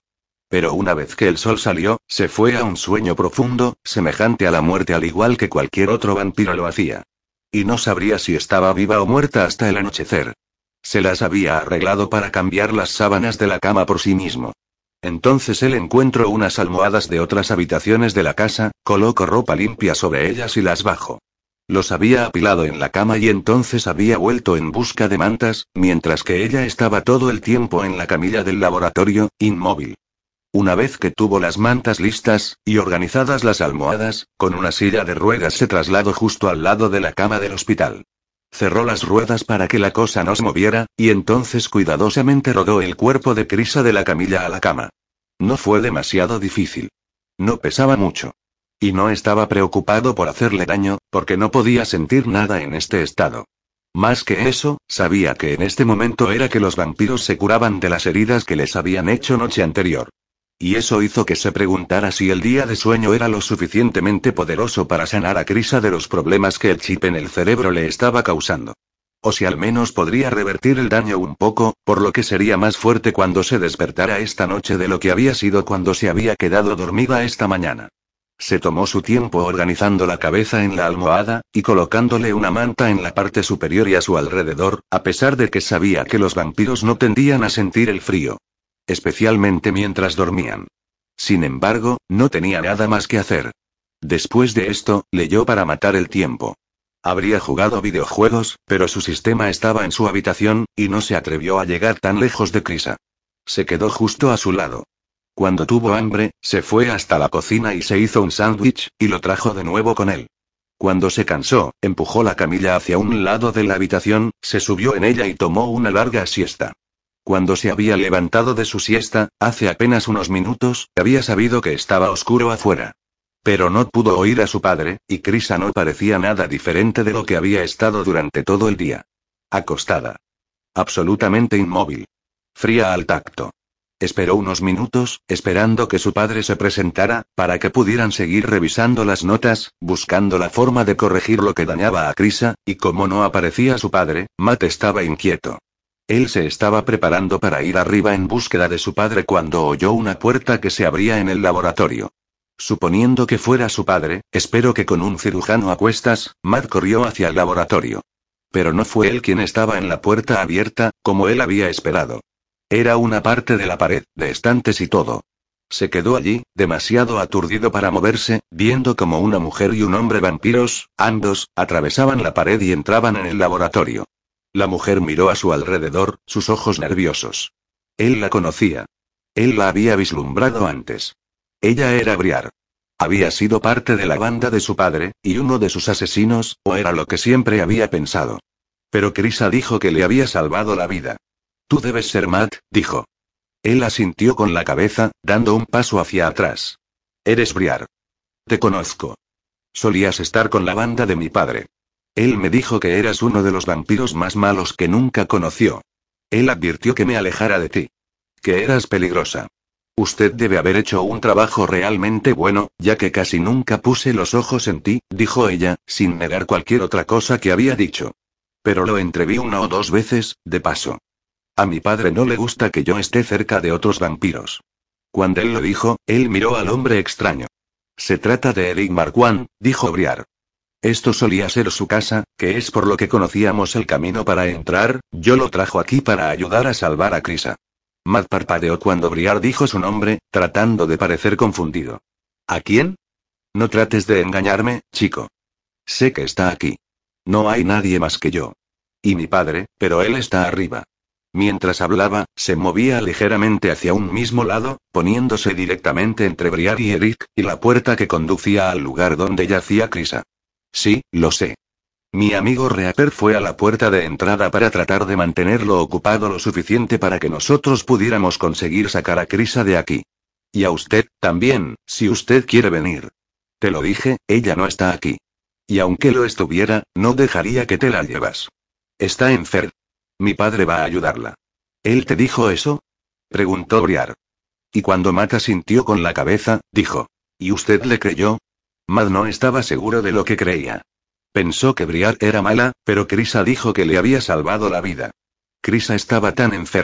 S2: Pero una vez que el sol salió, se fue a un sueño profundo, semejante a la muerte al igual que cualquier otro vampiro lo hacía. Y no sabría si estaba viva o muerta hasta el anochecer. Se las había arreglado para cambiar las sábanas de la cama por sí mismo. Entonces él encontró unas almohadas de otras habitaciones de la casa, colocó ropa limpia sobre ellas y las bajó. Los había apilado en la cama y entonces había vuelto en busca de mantas, mientras que ella estaba todo el tiempo en la camilla del laboratorio, inmóvil. Una vez que tuvo las mantas listas, y organizadas las almohadas, con una silla de ruedas se trasladó justo al lado de la cama del hospital. Cerró las ruedas para que la cosa no se moviera, y entonces cuidadosamente rodó el cuerpo de Krisa de la camilla a la cama. No fue demasiado difícil. No pesaba mucho. Y no estaba preocupado por hacerle daño, porque no podía sentir nada en este estado. Más que eso, sabía que en este momento era que los vampiros se curaban de las heridas que les habían hecho noche anterior. Y eso hizo que se preguntara si el día de sueño era lo suficientemente poderoso para sanar a Krisa de los problemas que el chip en el cerebro le estaba causando. O si al menos podría revertir el daño un poco, por lo que sería más fuerte cuando se despertara esta noche de lo que había sido cuando se había quedado dormida esta mañana. Se tomó su tiempo organizando la cabeza en la almohada, y colocándole una manta en la parte superior y a su alrededor, a pesar de que sabía que los vampiros no tendían a sentir el frío. Especialmente mientras dormían. Sin embargo, no tenía nada más que hacer. Después de esto, leyó para matar el tiempo. Habría jugado videojuegos, pero su sistema estaba en su habitación, y no se atrevió a llegar tan lejos de Krisa. Se quedó justo a su lado. Cuando tuvo hambre, se fue hasta la cocina y se hizo un sándwich, y lo trajo de nuevo con él. Cuando se cansó, empujó la camilla hacia un lado de la habitación, se subió en ella y tomó una larga siesta. Cuando se había levantado de su siesta, hace apenas unos minutos, había sabido que estaba oscuro afuera. Pero no pudo oír a su padre, y Krisa no parecía nada diferente de lo que había estado durante todo el día. Acostada. Absolutamente inmóvil. Fría al tacto. Esperó unos minutos, esperando que su padre se presentara, para que pudieran seguir revisando las notas, buscando la forma de corregir lo que dañaba a Krisa, y como no aparecía su padre, Matt estaba inquieto. Él se estaba preparando para ir arriba en búsqueda de su padre cuando oyó una puerta que se abría en el laboratorio. Suponiendo que fuera su padre, espero que con un cirujano a cuestas, Matt corrió hacia el laboratorio. Pero no fue él quien estaba en la puerta abierta, como él había esperado. Era una parte de la pared, de estantes y todo. Se quedó allí, demasiado aturdido para moverse, viendo como una mujer y un hombre vampiros, ambos, atravesaban la pared y entraban en el laboratorio. La mujer miró a su alrededor, sus ojos nerviosos. Él la conocía. Él la había vislumbrado antes. Ella era Briar. Había sido parte de la banda de su padre, y uno de sus asesinos, o era lo que siempre había pensado. Pero Krisa dijo que le había salvado la vida. Tú debes ser Matt, dijo. Él asintió con la cabeza, dando un paso hacia atrás. Eres Briar. Te conozco. Solías estar con la banda de mi padre. Él me dijo que eras uno de los vampiros más malos que nunca conoció. Él advirtió que me alejara de ti. Que eras peligrosa. Usted debe haber hecho un trabajo realmente bueno, ya que casi nunca puse los ojos en ti, dijo ella, sin negar cualquier otra cosa que había dicho. Pero lo entreví una o dos veces, de paso. A mi padre no le gusta que yo esté cerca de otros vampiros. Cuando él lo dijo, él miró al hombre extraño. Se trata de Eric Marquand, dijo Briar. Esto solía ser su casa, que es por lo que conocíamos el camino para entrar, yo lo trajo aquí para ayudar a salvar a Krisa. Matt parpadeó cuando Briar dijo su nombre, tratando de parecer confundido. ¿A quién? No trates de engañarme, chico. Sé que está aquí. No hay nadie más que yo. Y mi padre, pero él está arriba. Mientras hablaba, se movía ligeramente hacia un mismo lado, poniéndose directamente entre Briar y Eric, y la puerta que conducía al lugar donde yacía Krisa. Sí, lo sé. Mi amigo Reaper fue a la puerta de entrada para tratar de mantenerlo ocupado lo suficiente para que nosotros pudiéramos conseguir sacar a Krisa de aquí. Y a usted, también, si usted quiere venir. Te lo dije, ella no está aquí. Y aunque lo estuviera, no dejaría que te la llevas. Está enferma. Mi padre va a ayudarla. ¿Él te dijo eso? Preguntó Briar. Y cuando Matt asintió con la cabeza, dijo. ¿Y usted le creyó? Matt no estaba seguro de lo que creía. Pensó que Briar era mala, pero Krisa dijo que le había salvado la vida. Krisa estaba tan enferma.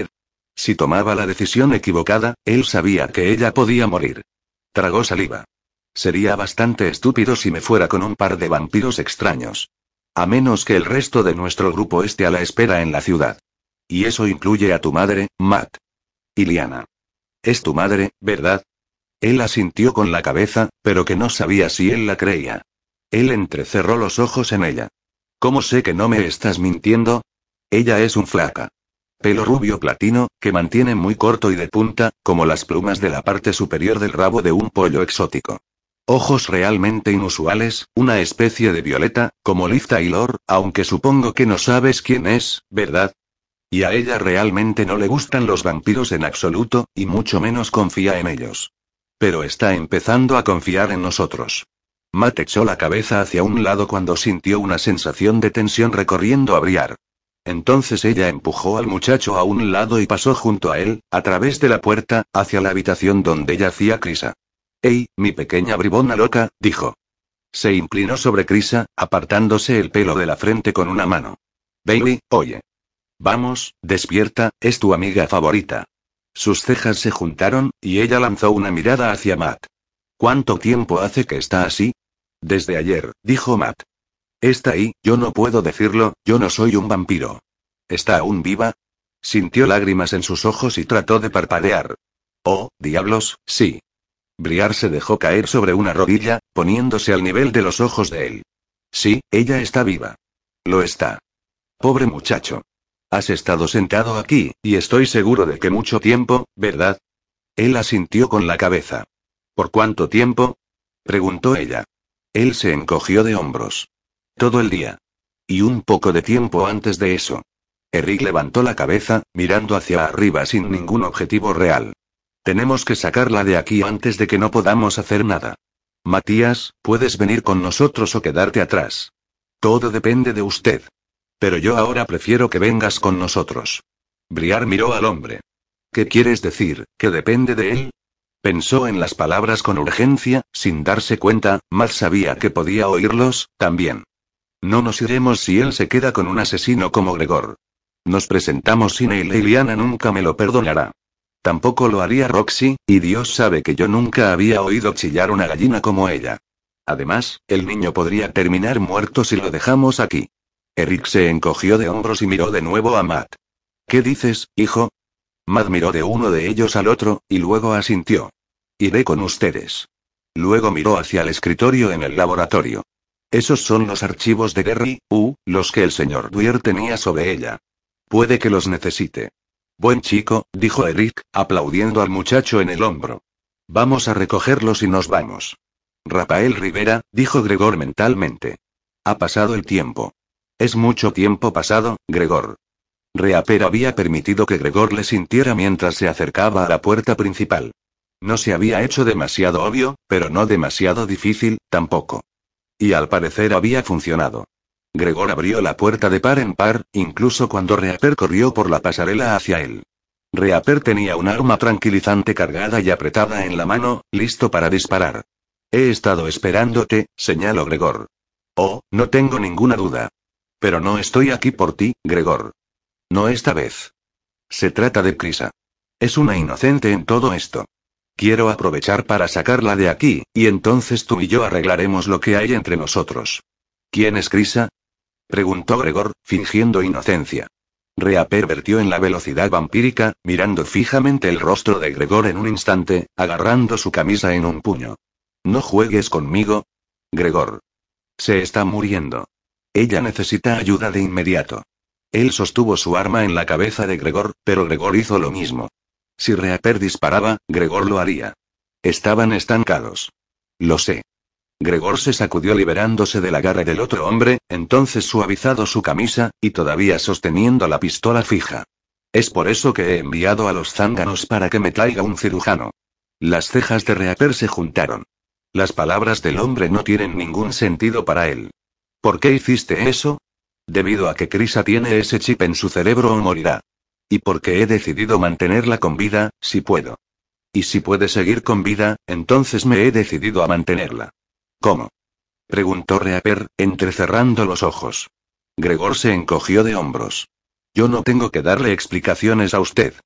S2: Si tomaba la decisión equivocada, él sabía que ella podía morir. Tragó saliva. Sería bastante estúpido si me fuera con un par de vampiros extraños. A menos que el resto de nuestro grupo esté a la espera en la ciudad. Y eso incluye a tu madre, Matt. Illyana. Es tu madre, ¿verdad? Él asintió con la cabeza, pero que no sabía si él la creía. Él entrecerró los ojos en ella. ¿Cómo sé que no me estás mintiendo? Ella es un flaca. Pelo rubio platino, que mantiene muy corto y de punta, como las plumas de la parte superior del rabo de un pollo exótico. Ojos realmente inusuales, una especie de violeta, como Liv Taylor, aunque supongo que no sabes quién es, ¿verdad? Y a ella realmente no le gustan los vampiros en absoluto, y mucho menos confía en ellos. Pero está empezando a confiar en nosotros. Matt echó la cabeza hacia un lado cuando sintió una sensación de tensión recorriendo a Briar. Entonces ella empujó al muchacho a un lado y pasó junto a él, a través de la puerta, hacia la habitación donde yacía Krisa. «Hey, mi pequeña bribona loca», dijo. Se inclinó sobre Krisa, apartándose el pelo de la frente con una mano. «Bailey, oye. Vamos, despierta, es tu amiga favorita». Sus cejas se juntaron, y ella lanzó una mirada hacia Matt. «¿Cuánto tiempo hace que está así?» «Desde ayer», dijo Matt. «Está ahí, yo no puedo decirlo, yo no soy un vampiro». «¿Está aún viva?» Sintió lágrimas en sus ojos y trató de parpadear. «Oh, diablos, sí». Briar se dejó caer sobre una rodilla, poniéndose al nivel de los ojos de él. «Sí, ella está viva». «Lo está». «Pobre muchacho. Has estado sentado aquí, y estoy seguro de que mucho tiempo, ¿verdad?» Él asintió con la cabeza. «¿Por cuánto tiempo?», preguntó ella. Él se encogió de hombros. «Todo el día. Y un poco de tiempo antes de eso». Eric levantó la cabeza, mirando hacia arriba sin ningún objetivo real. «Tenemos que sacarla de aquí antes de que no podamos hacer nada. Matías, puedes venir con nosotros o quedarte atrás. Todo depende de usted. Pero yo ahora prefiero que vengas con nosotros». Briar miró al hombre. «¿Qué quieres decir, que depende de él?». Pensó en las palabras con urgencia, sin darse cuenta, Matt sabía que podía oírlos, también. «No nos iremos si él se queda con un asesino como Gregor. Nos presentamos sin él y Illyana nunca me lo perdonará. Tampoco lo haría Roxy, y Dios sabe que yo nunca había oído chillar una gallina como ella. Además, el niño podría terminar muerto si lo dejamos aquí». Eric se encogió de hombros y miró de nuevo a Matt. «¿Qué dices, hijo?». Matt miró de uno de ellos al otro, y luego asintió. «Iré con ustedes». Luego miró hacia el escritorio en el laboratorio. «Esos son los archivos de Gary, los que el señor Dwyer tenía sobre ella. Puede que los necesite». «Buen chico», dijo Eric, aplaudiendo al muchacho en el hombro. «Vamos a recogerlos y nos vamos». «Rafael Rivera», dijo Gregor mentalmente. «Ha pasado el tiempo». «Es mucho tiempo pasado, Gregor». Reaper había permitido que Gregor le sintiera mientras se acercaba a la puerta principal. No se había hecho demasiado obvio, pero no demasiado difícil, tampoco. Y al parecer había funcionado. Gregor abrió la puerta de par en par, incluso cuando Reaper corrió por la pasarela hacia él. Reaper tenía un arma tranquilizante cargada y apretada en la mano, listo para disparar. «He estado esperándote», señaló Gregor. «Oh, no tengo ninguna duda. Pero no estoy aquí por ti, Gregor. No esta vez. Se trata de Krisa. Es una inocente en todo esto. Quiero aprovechar para sacarla de aquí, y entonces tú y yo arreglaremos lo que hay entre nosotros». «¿Quién es Krisa?», preguntó Gregor, fingiendo inocencia. Reaper vertió en la velocidad vampírica, mirando fijamente el rostro de Gregor en un instante, agarrando su camisa en un puño. «No juegues conmigo, Gregor. Se está muriendo. Ella necesita ayuda de inmediato». Él sostuvo su arma en la cabeza de Gregor, pero Gregor hizo lo mismo. Si Reaper disparaba, Gregor lo haría. Estaban estancados. «Lo sé». Gregor se sacudió liberándose del agarre del otro hombre, entonces suavizado su camisa, y todavía sosteniendo la pistola fija. «Es por eso que he enviado a los zánganos para que me traiga un cirujano». Las cejas de Reaper se juntaron. Las palabras del hombre no tienen ningún sentido para él. «¿Por qué hiciste eso?». «Debido a que Krisa tiene ese chip en su cerebro o morirá. Y porque he decidido mantenerla con vida, si puedo. Y si puede seguir con vida, entonces me he decidido a mantenerla». «¿Cómo?», preguntó Reaper, entrecerrando los ojos. Gregor se encogió de hombros. «Yo no tengo que darle explicaciones a usted.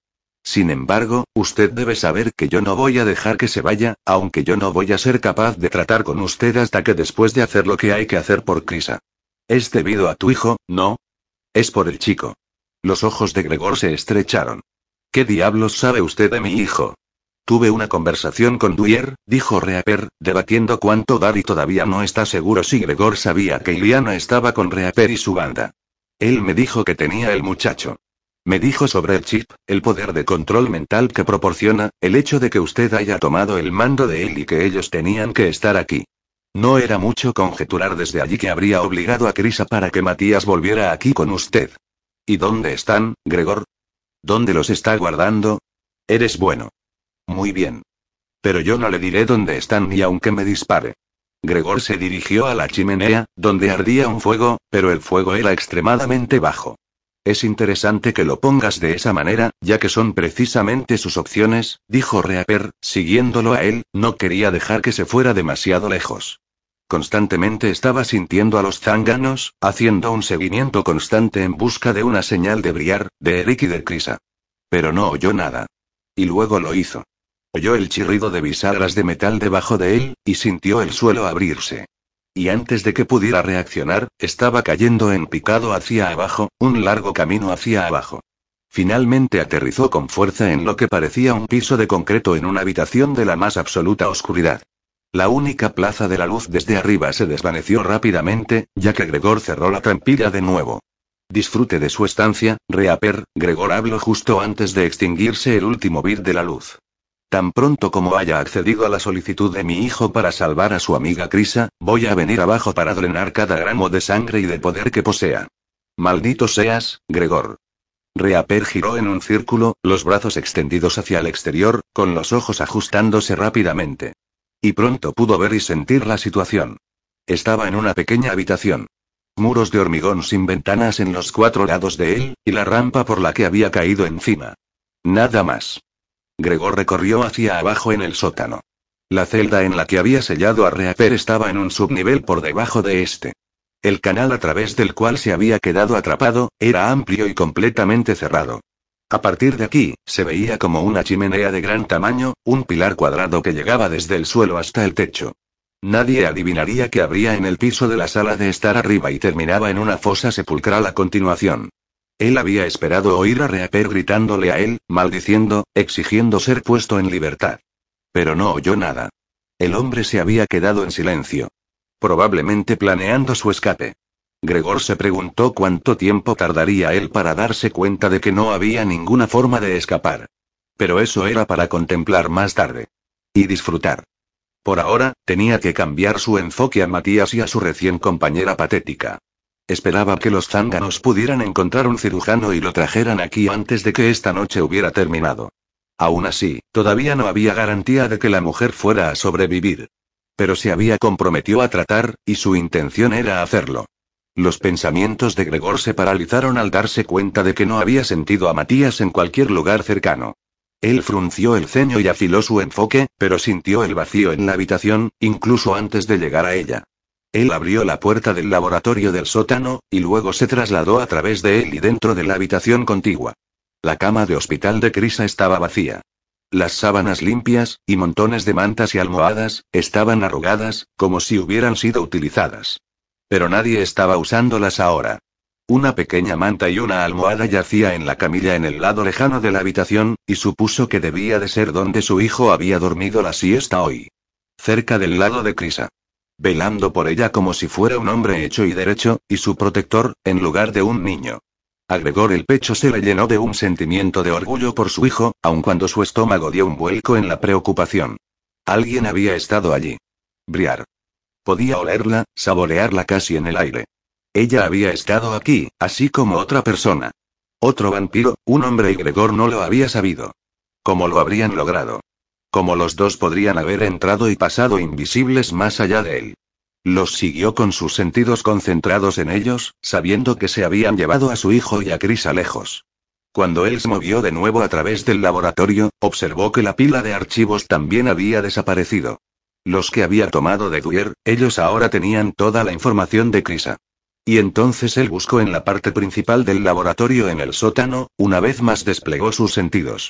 S2: Sin embargo, usted debe saber que yo no voy a dejar que se vaya, aunque yo no voy a ser capaz de tratar con usted hasta que después de hacer lo que hay que hacer por Krisa. Es debido a tu hijo, ¿no? Es por el chico. Los ojos de Gregor se estrecharon. ¿Qué diablos sabe usted de mi hijo? Tuve una conversación con Dwyer, dijo Reaper, debatiendo cuánto dar y todavía no está seguro si Gregor sabía que Iliana estaba con Reaper y su banda. Él me dijo que tenía el muchacho. Me dijo sobre el chip, el poder de control mental que proporciona, el hecho de que usted haya tomado el mando de él y que ellos tenían que estar aquí. No era mucho conjeturar desde allí que habría obligado a Krisa para que Matías volviera aquí con usted. ¿Y dónde están, Gregor? ¿Dónde los está guardando? Eres bueno. Muy bien. Pero yo no le diré dónde están ni aunque me dispare. Gregor se dirigió a la chimenea, donde ardía un fuego, pero el fuego era extremadamente bajo. Es interesante que lo pongas de esa manera, ya que son precisamente sus opciones, dijo Reaper, siguiéndolo a él, no quería dejar que se fuera demasiado lejos. Constantemente estaba sintiendo a los zánganos, haciendo un seguimiento constante en busca de una señal de Briar, de Eric y de Krisa. Pero no oyó nada. Y luego lo hizo. Oyó el chirrido de bisagras de metal debajo de él, y sintió el suelo abrirse. Y antes de que pudiera reaccionar, estaba cayendo en picado hacia abajo, un largo camino hacia abajo. Finalmente aterrizó con fuerza en lo que parecía un piso de concreto en una habitación de la más absoluta oscuridad. La única plaza de la luz desde arriba se desvaneció rápidamente, ya que Gregor cerró la trampilla de nuevo. Disfrute de su estancia, Reaper, Gregor habló justo antes de extinguirse el último bit de la luz. Tan pronto como haya accedido a la solicitud de mi hijo para salvar a su amiga Krisa, voy a venir abajo para drenar cada gramo de sangre y de poder que posea. Maldito seas, Gregor. Reaper giró en un círculo, los brazos extendidos hacia el exterior, con los ojos ajustándose rápidamente. Y pronto pudo ver y sentir la situación. Estaba en una pequeña habitación. Muros de hormigón sin ventanas en los 4 lados de él, y la rampa por la que había caído encima. Nada más. Gregor recorrió hacia abajo en el sótano. La celda en la que había sellado a Reaper estaba en un subnivel por debajo de este. El canal a través del cual se había quedado atrapado, era amplio y completamente cerrado. A partir de aquí, se veía como una chimenea de gran tamaño, un pilar cuadrado que llegaba desde el suelo hasta el techo. Nadie adivinaría que habría en el piso de la sala de estar arriba y terminaba en una fosa sepulcral a continuación. Él había esperado oír a Reaper gritándole a él, maldiciendo, exigiendo ser puesto en libertad. Pero no oyó nada. El hombre se había quedado en silencio. Probablemente planeando su escape. Gregor se preguntó cuánto tiempo tardaría él para darse cuenta de que no había ninguna forma de escapar. Pero eso era para contemplar más tarde. Y disfrutar. Por ahora, tenía que cambiar su enfoque a Matías y a su recién compañera patética. Esperaba que los zánganos pudieran encontrar un cirujano y lo trajeran aquí antes de que esta noche hubiera terminado. Aún así, todavía no había garantía de que la mujer fuera a sobrevivir. Pero se había comprometido a tratar, y su intención era hacerlo. Los pensamientos de Gregor se paralizaron al darse cuenta de que no había sentido a Matías en cualquier lugar cercano. Él frunció el ceño y afiló su enfoque, pero sintió el vacío en la habitación, incluso antes de llegar a ella. Él abrió la puerta del laboratorio del sótano, y luego se trasladó a través de él y dentro de la habitación contigua. La cama de hospital de Krisa estaba vacía. Las sábanas limpias, y montones de mantas y almohadas, estaban arrugadas, como si hubieran sido utilizadas. Pero nadie estaba usándolas ahora. Una pequeña manta y una almohada yacía en la camilla en el lado lejano de la habitación, y supuso que debía de ser donde su hijo había dormido la siesta hoy. Cerca del lado de Krisa. Velando por ella como si fuera un hombre hecho y derecho, y su protector, en lugar de un niño. A Gregor el pecho se le llenó de un sentimiento de orgullo por su hijo, aun cuando su estómago dio un vuelco en la preocupación. Alguien había estado allí. Briar. Podía olerla, saborearla casi en el aire. Ella había estado aquí, así como otra persona. Otro vampiro, un hombre, y Gregor no lo había sabido. ¿Cómo lo habrían logrado? Como los dos podrían haber entrado y pasado invisibles más allá de él. Los siguió con sus sentidos concentrados en ellos, sabiendo que se habían llevado a su hijo y a Krisa lejos. Cuando él se movió de nuevo a través del laboratorio, observó que la pila de archivos también había desaparecido. Los que había tomado de Dwyer, ellos ahora tenían toda la información de Krisa. Y entonces él buscó en la parte principal del laboratorio en el sótano, una vez más desplegó sus sentidos.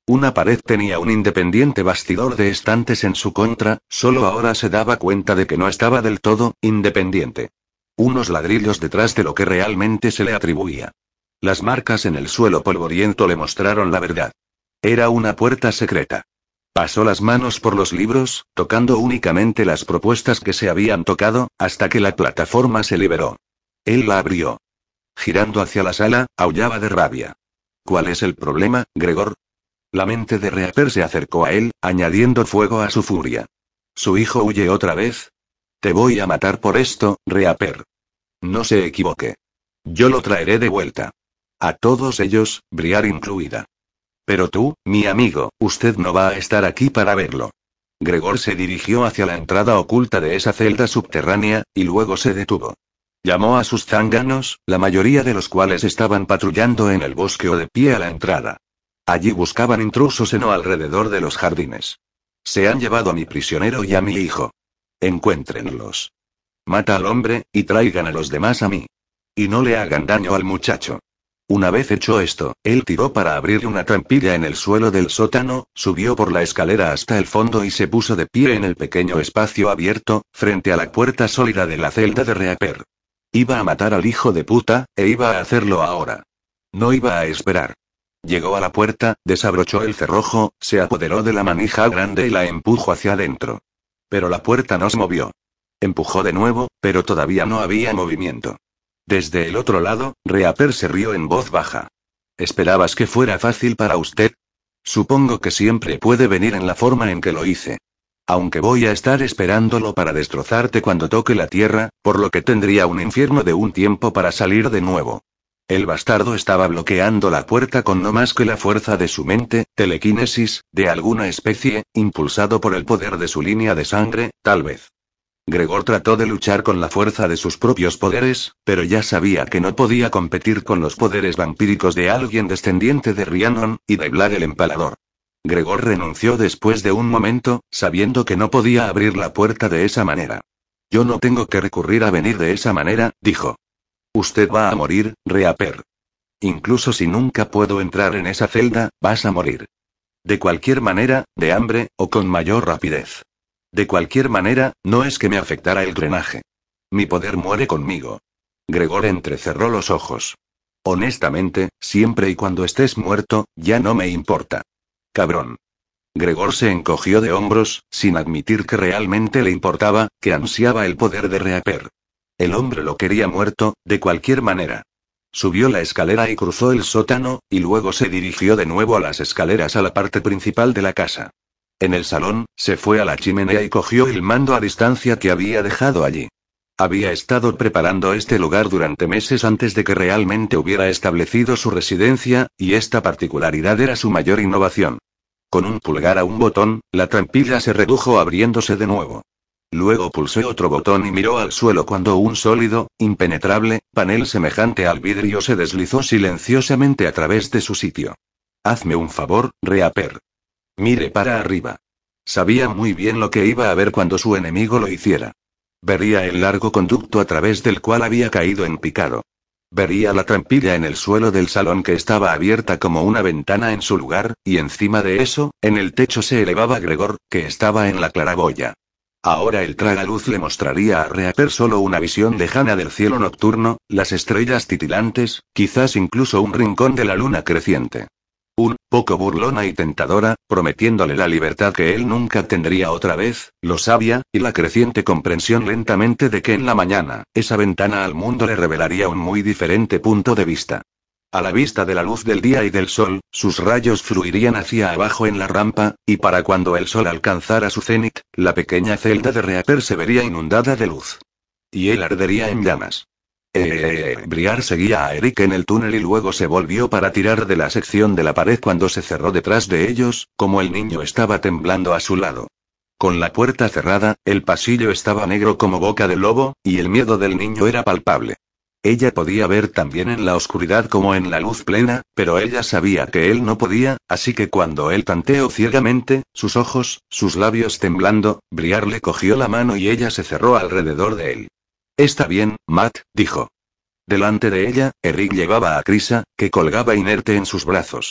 S2: Una pared tenía un independiente bastidor de estantes en su contra, solo ahora se daba cuenta de que no estaba del todo independiente. Unos ladrillos detrás de lo que realmente se le atribuía. Las marcas en el suelo polvoriento le mostraron la verdad. Era una puerta secreta. Pasó las manos por los libros, tocando únicamente las propuestas que se habían tocado, hasta que la plataforma se liberó. Él la abrió. Girando hacia la sala, aullaba de rabia. ¿Cuál es el problema, Gregor? La mente de Reaper se acercó a él, añadiendo fuego a su furia. ¿Su hijo huye otra vez? Te voy a matar por esto, Reaper. No se equivoque. Yo lo traeré de vuelta. A todos ellos, Briar incluida. Pero tú, mi amigo, usted no va a estar aquí para verlo. Gregor se dirigió hacia la entrada oculta de esa celda subterránea, y luego se detuvo. Llamó a sus zánganos, la mayoría de los cuales estaban patrullando en el bosque o de pie a la entrada. Allí buscaban intrusos en o alrededor de los jardines. Se han llevado a mi prisionero y a mi hijo. Encuéntrenlos. Mata al hombre, y traigan a los demás a mí. Y no le hagan daño al muchacho. Una vez hecho esto, él tiró para abrir una trampilla en el suelo del sótano, subió por la escalera hasta el fondo y se puso de pie en el pequeño espacio abierto, frente a la puerta sólida de la celda de Reaper. Iba a matar al hijo de puta, e iba a hacerlo ahora. No iba a esperar. Llegó a la puerta, desabrochó el cerrojo, se apoderó de la manija grande y la empujó hacia adentro. Pero la puerta no se movió. Empujó de nuevo, pero todavía no había movimiento. Desde el otro lado, Reaper se rió en voz baja. ¿Esperabas que fuera fácil para usted? Supongo que siempre puede venir en la forma en que lo hice. Aunque voy a estar esperándolo para destrozarte cuando toque la tierra, por lo que tendría un infierno de un tiempo para salir de nuevo. El bastardo estaba bloqueando la puerta con no más que la fuerza de su mente, telequinesis, de alguna especie, impulsado por el poder de su línea de sangre, tal vez. Gregor trató de luchar con la fuerza de sus propios poderes, pero ya sabía que no podía competir con los poderes vampíricos de alguien descendiente de Rhiannon, y de Vlad el Empalador. Gregor renunció después de un momento, sabiendo que no podía abrir la puerta de esa manera. Yo no tengo que recurrir a venir de esa manera, dijo. Usted va a morir, Reaper. Incluso si nunca puedo entrar en esa celda, vas a morir. De cualquier manera, de hambre, o con mayor rapidez. De cualquier manera, no es que me afectara el drenaje. Mi poder muere conmigo. Gregor entrecerró los ojos. Honestamente, siempre y cuando estés muerto, ya no me importa. Cabrón. Gregor se encogió de hombros, sin admitir que realmente le importaba, que ansiaba el poder de Reaper. El hombre lo quería muerto, de cualquier manera. Subió la escalera y cruzó el sótano, y luego se dirigió de nuevo a las escaleras a la parte principal de la casa. En el salón, se fue a la chimenea y cogió el mando a distancia que había dejado allí. Había estado preparando este lugar durante meses antes de que realmente hubiera establecido su residencia, y esta particularidad era su mayor innovación. Con un pulgar a un botón, la trampilla se redujo abriéndose de nuevo. Luego pulsó otro botón y miró al suelo cuando un sólido, impenetrable, panel semejante al vidrio se deslizó silenciosamente a través de su sitio. Hazme un favor, Reaper. Mire para arriba. Sabía muy bien lo que iba a ver cuando su enemigo lo hiciera. Vería el largo conducto a través del cual había caído en picado. Vería la trampilla en el suelo del salón que estaba abierta como una ventana en su lugar, y encima de eso, en el techo se elevaba Gregor, que estaba en la claraboya. Ahora el tragaluz le mostraría a Reaper solo una visión lejana del cielo nocturno, las estrellas titilantes, quizás incluso un rincón de la luna creciente. Un poco burlona y tentadora, prometiéndole la libertad que él nunca tendría otra vez, lo sabía, y la creciente comprensión lentamente de que en la mañana, esa ventana al mundo le revelaría un muy diferente punto de vista. A la vista de la luz del día y del sol, sus rayos fluirían hacia abajo en la rampa, y para cuando el sol alcanzara su cenit, la pequeña celda de Reaper se vería inundada de luz. Y él ardería en llamas. Briar seguía a Eric en el túnel y luego se volvió para tirar de la sección de la pared cuando se cerró detrás de ellos, como el niño estaba temblando a su lado. Con la puerta cerrada, el pasillo estaba negro como boca de lobo, y el miedo del niño era palpable. Ella podía ver también en la oscuridad como en la luz plena, pero ella sabía que él no podía, así que cuando él tanteó ciegamente, sus ojos, sus labios temblando, Briar le cogió la mano y ella se cerró alrededor de él. Está bien, Matt, dijo. Delante de ella, Eric llevaba a Krisa, que colgaba inerte en sus brazos.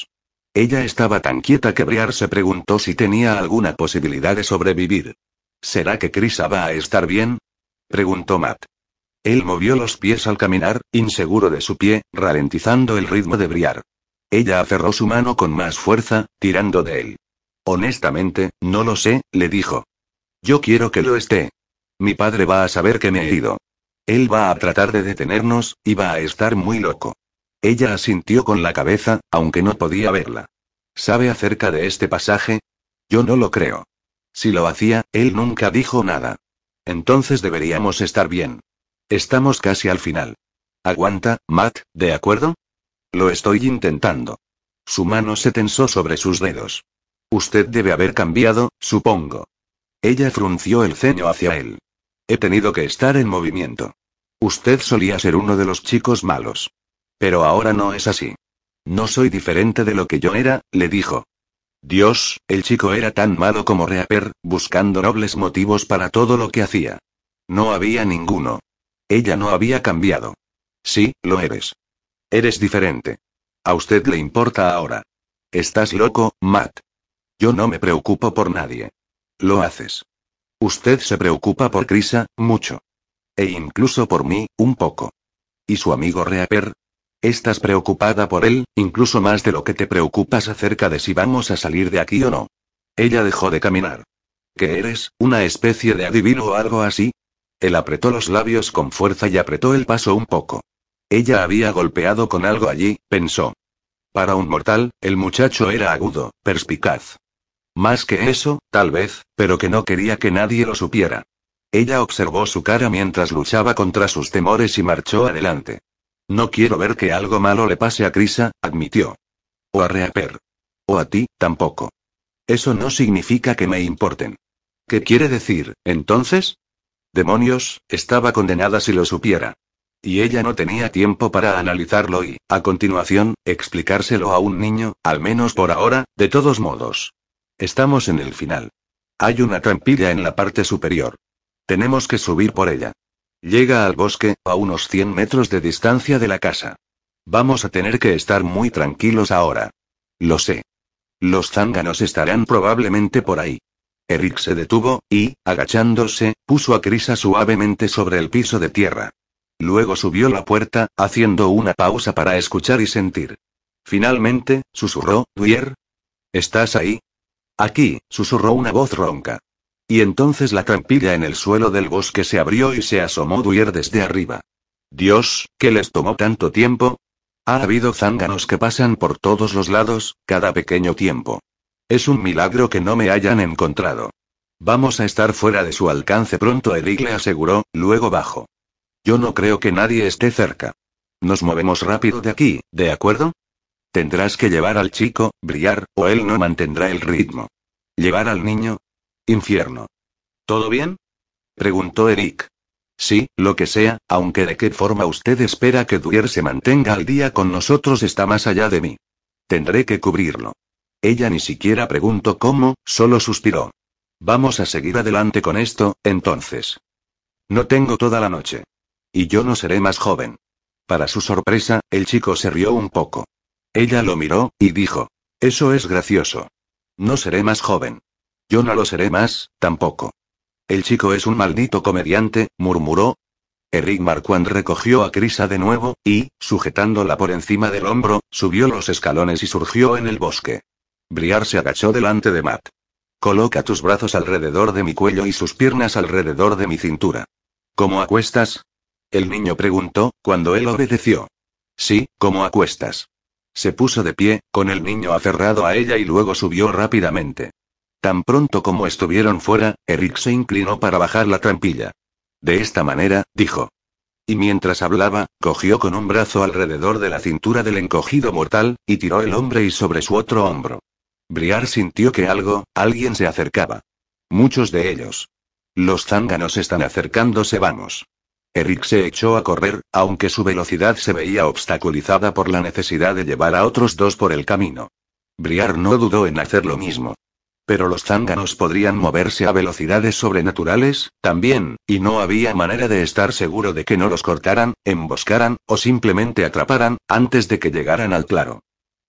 S2: Ella estaba tan quieta que Briar se preguntó si tenía alguna posibilidad de sobrevivir. ¿Será que Krisa va a estar bien?, preguntó Matt. Él movió los pies al caminar, inseguro de su pie, ralentizando el ritmo de Briar. Ella aferró su mano con más fuerza, tirando de él. Honestamente, no lo sé, le dijo. Yo quiero que lo esté. Mi padre va a saber que me he ido. Él va a tratar de detenernos, y va a estar muy loco. Ella asintió con la cabeza, aunque no podía verla. ¿Sabe acerca de este pasaje? Yo no lo creo. Si lo hacía, él nunca dijo nada. Entonces deberíamos estar bien. Estamos casi al final. Aguanta, Matt, ¿de acuerdo? Lo estoy intentando. Su mano se tensó sobre sus dedos. Usted debe haber cambiado, supongo. Ella frunció el ceño hacia él. He tenido que estar en movimiento. Usted solía ser uno de los chicos malos. Pero ahora no es así. No soy diferente de lo que yo era, le dijo. Dios, el chico era tan malo como Reaper, buscando nobles motivos para todo lo que hacía. No había ninguno. Ella no había cambiado. Sí, lo eres. Eres diferente. A usted le importa ahora. Estás loco, Matt. Yo no me preocupo por nadie. Lo haces. Usted se preocupa por Krisa, mucho. E incluso por mí, un poco. ¿Y su amigo Reaper? Estás preocupada por él, incluso más de lo que te preocupas acerca de si vamos a salir de aquí o no. Ella dejó de caminar. ¿Qué eres, una especie de adivino o algo así? Él apretó los labios con fuerza y apretó el paso un poco. Ella había golpeado con algo allí, pensó. Para un mortal, el muchacho era agudo, perspicaz. Más que eso, tal vez, pero que no quería que nadie lo supiera. Ella observó su cara mientras luchaba contra sus temores y marchó adelante. No quiero ver que algo malo le pase a Krisa, admitió. O a Reaper. O a ti, tampoco. Eso no significa que me importen. ¿Qué quiere decir, entonces? Demonios, estaba condenada si lo supiera. Y ella no tenía tiempo para analizarlo y, a continuación, explicárselo a un niño, al menos por ahora, de todos modos. Estamos en el final. Hay una trampilla en la parte superior. Tenemos que subir por ella. Llega al bosque, a unos 100 metros de distancia de la casa. Vamos a tener que estar muy tranquilos ahora. Lo sé. Los zánganos estarán probablemente por ahí. Eric se detuvo, y, agachándose, puso a Krisa suavemente sobre el piso de tierra. Luego subió la puerta, haciendo una pausa para escuchar y sentir. Finalmente, susurró, «Dwyer. ¿Estás ahí?» «Aquí», susurró una voz ronca. Y entonces la trampilla en el suelo del bosque se abrió y se asomó Dwyer desde arriba. Dios, ¿qué les tomó tanto tiempo? Ha habido zánganos que pasan por todos los lados, cada pequeño tiempo. Es un milagro que no me hayan encontrado. Vamos a estar fuera de su alcance pronto, Eric le aseguró, luego bajó. Yo no creo que nadie esté cerca. Nos movemos rápido de aquí, ¿de acuerdo? Tendrás que llevar al chico, Briar, o él no mantendrá el ritmo. ¿Llevar al niño? Infierno. ¿Todo bien?, preguntó Eric. Sí, lo que sea, aunque de qué forma usted espera que Dwyer se mantenga al día con nosotros está más allá de mí. Tendré que cubrirlo. Ella ni siquiera preguntó cómo, solo suspiró. Vamos a seguir adelante con esto, entonces. No tengo toda la noche. Y yo no seré más joven. Para su sorpresa, el chico se rió un poco. Ella lo miró, y dijo. Eso es gracioso. No seré más joven. Yo no lo seré más, tampoco. El chico es un maldito comediante, murmuró. Eric Marquand recogió a Krisa de nuevo, y, sujetándola por encima del hombro, subió los escalones y surgió en el bosque. Briar se agachó delante de Matt. Coloca tus brazos alrededor de mi cuello y sus piernas alrededor de mi cintura. ¿Cómo acuestas? El niño preguntó, cuando él obedeció. Sí, ¿cómo acuestas? Se puso de pie, con el niño aferrado a ella y luego subió rápidamente. Tan pronto como estuvieron fuera, Eric se inclinó para bajar la trampilla. De esta manera, dijo. Y mientras hablaba, cogió con un brazo alrededor de la cintura del encogido mortal, y tiró el hombre y sobre su otro hombro. Briar sintió que alguien se acercaba. Muchos de ellos. Los zánganos están acercándose, vamos. Eric se echó a correr, aunque su velocidad se veía obstaculizada por la necesidad de llevar a otros dos por el camino. Briar no dudó en hacer lo mismo. Pero los zánganos podrían moverse a velocidades sobrenaturales, también, y no había manera de estar seguro de que no los cortaran, emboscaran, o simplemente atraparan, antes de que llegaran al claro.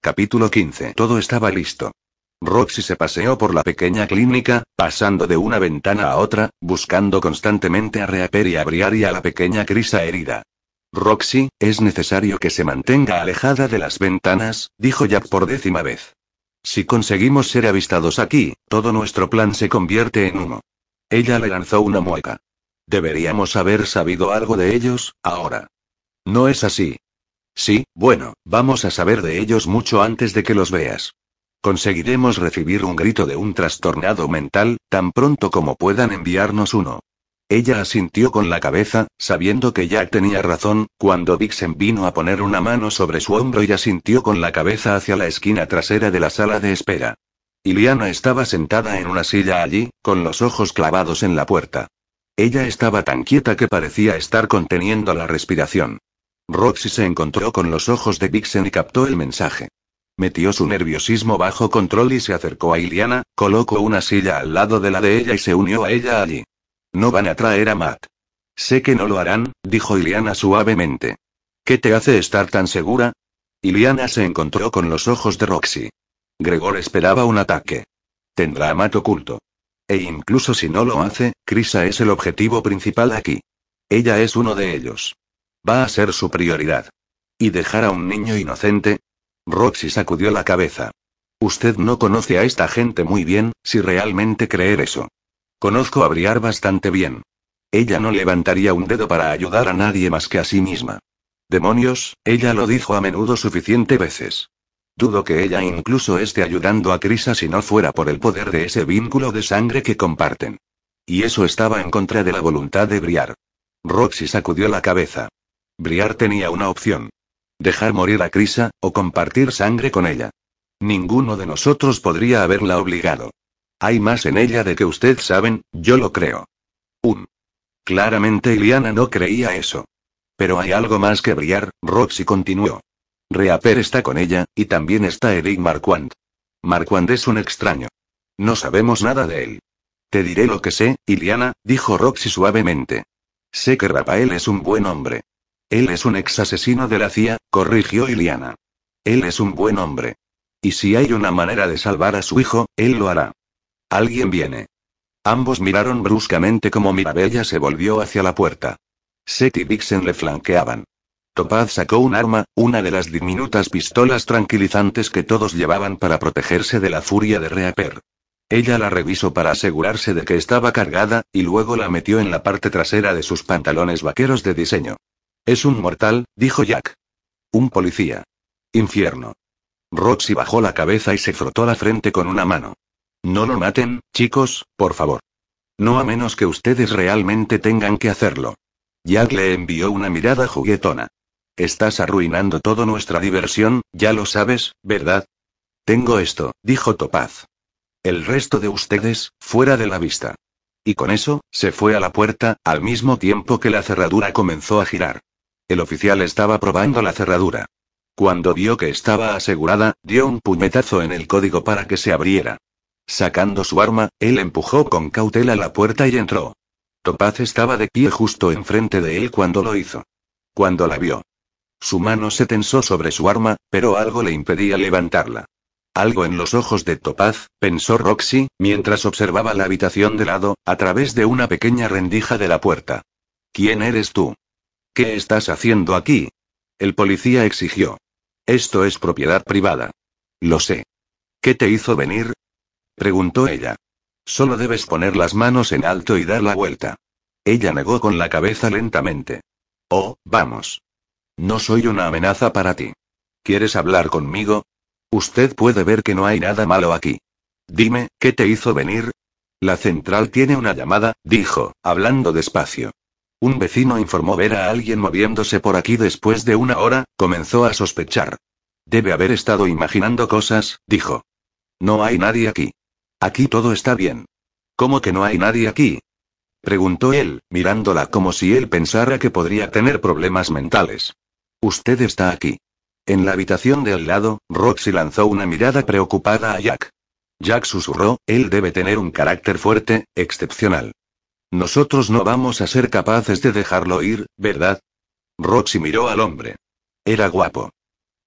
S2: Capítulo 15. Todo estaba listo. Roxy se paseó por la pequeña clínica, pasando de una ventana a otra, buscando constantemente a Reaper y a Briar y a la pequeña Krisa herida. Roxy, es necesario que se mantenga alejada de las ventanas, dijo Jack por 10ª vez. Si conseguimos ser avistados aquí, todo nuestro plan se convierte en humo. Ella le lanzó una mueca. Deberíamos haber sabido algo de ellos, ahora. ¿No es así? Sí, bueno, vamos a saber de ellos mucho antes de que los veas. Conseguiremos recibir un grito de un trastornado mental, tan pronto como puedan enviarnos uno. Ella asintió con la cabeza, sabiendo que Jack tenía razón, cuando Vixen vino a poner una mano sobre su hombro y asintió con la cabeza hacia la esquina trasera de la sala de espera. Iliana estaba sentada en una silla allí, con los ojos clavados en la puerta. Ella estaba tan quieta que parecía estar conteniendo la respiración. Roxy se encontró con los ojos de Vixen y captó el mensaje. Metió su nerviosismo bajo control y se acercó a Iliana, colocó una silla al lado de la de ella y se unió a ella allí. No van a traer a Matt. Sé que no lo harán, dijo Iliana suavemente. ¿Qué te hace estar tan segura? Iliana se encontró con los ojos de Roxy. Gregor esperaba un ataque. Tendrá a Matt oculto. E incluso si no lo hace, Krisa es el objetivo principal aquí. Ella es uno de ellos. Va a ser su prioridad. ¿Y dejar a un niño inocente? Roxy sacudió la cabeza. Usted no conoce a esta gente muy bien, si realmente creer eso. Conozco a Briar bastante bien. Ella no levantaría un dedo para ayudar a nadie más que a sí misma. Demonios, ella lo dijo a menudo suficiente veces. Dudo que ella incluso esté ayudando a Krisa si no fuera por el poder de ese vínculo de sangre que comparten. Y eso estaba en contra de la voluntad de Briar. Roxy sacudió la cabeza. Briar tenía una opción. Dejar morir a Krisa, o compartir sangre con ella. Ninguno de nosotros podría haberla obligado. Hay más en ella de que usted saben, yo lo creo. Claramente Iliana no creía eso. Pero hay algo más que Briar, Roxy continuó. Reaper está con ella, y también está Eric Marquand. Marquand es un extraño. No sabemos nada de él. Te diré lo que sé, Iliana, dijo Roxy suavemente. Sé que Rafael es un buen hombre. Él es un ex asesino de la CIA, corrigió Iliana. Él es un buen hombre. Y si hay una manera de salvar a su hijo, él lo hará. Alguien viene. Ambos miraron bruscamente como Mirabella se volvió hacia la puerta. Seth y Vixen le flanqueaban. Topaz sacó un arma, una de las diminutas pistolas tranquilizantes que todos llevaban para protegerse de la furia de Reaper. Ella la revisó para asegurarse de que estaba cargada, y luego la metió en la parte trasera de sus pantalones vaqueros de diseño. Es un mortal, dijo Jack. Un policía. Infierno. Roxy bajó la cabeza y se frotó la frente con una mano. No lo maten, chicos, por favor. No a menos que ustedes realmente tengan que hacerlo. Jack le envió una mirada juguetona. Estás arruinando toda nuestra diversión, ya lo sabes, ¿verdad? Tengo esto, dijo Topaz. El resto de ustedes, fuera de la vista. Y con eso, se fue a la puerta, al mismo tiempo que la cerradura comenzó a girar. El oficial estaba probando la cerradura. Cuando vio que estaba asegurada, dio un puñetazo en el código para que se abriera. Sacando su arma, él empujó con cautela la puerta y entró. Topaz estaba de pie justo enfrente de él cuando lo hizo. Cuando la vio. Su mano se tensó sobre su arma, pero algo le impedía levantarla. Algo en los ojos de Topaz, pensó Roxy, mientras observaba la habitación de lado, a través de una pequeña rendija de la puerta. ¿Quién eres tú? ¿Qué estás haciendo aquí? El policía exigió. Esto es propiedad privada. Lo sé. ¿Qué te hizo venir? Preguntó ella. Solo debes poner las manos en alto y dar la vuelta. Ella negó con la cabeza lentamente. Oh, vamos. No soy una amenaza para ti. ¿Quieres hablar conmigo? Usted puede ver que no hay nada malo aquí. Dime, ¿qué te hizo venir? La central tiene una llamada, dijo, hablando despacio. Un vecino informó ver a alguien moviéndose por aquí después de una hora, comenzó a sospechar. Debe haber estado imaginando cosas, dijo. No hay nadie aquí. Aquí todo está bien. ¿Cómo que no hay nadie aquí? Preguntó él, mirándola como si él pensara que podría tener problemas mentales. Usted está aquí. En la habitación de al lado, Roxy lanzó una mirada preocupada a Jack. Jack susurró, él debe tener un carácter fuerte, excepcional. Nosotros no vamos a ser capaces de dejarlo ir, ¿verdad? Roxy miró al hombre. Era guapo.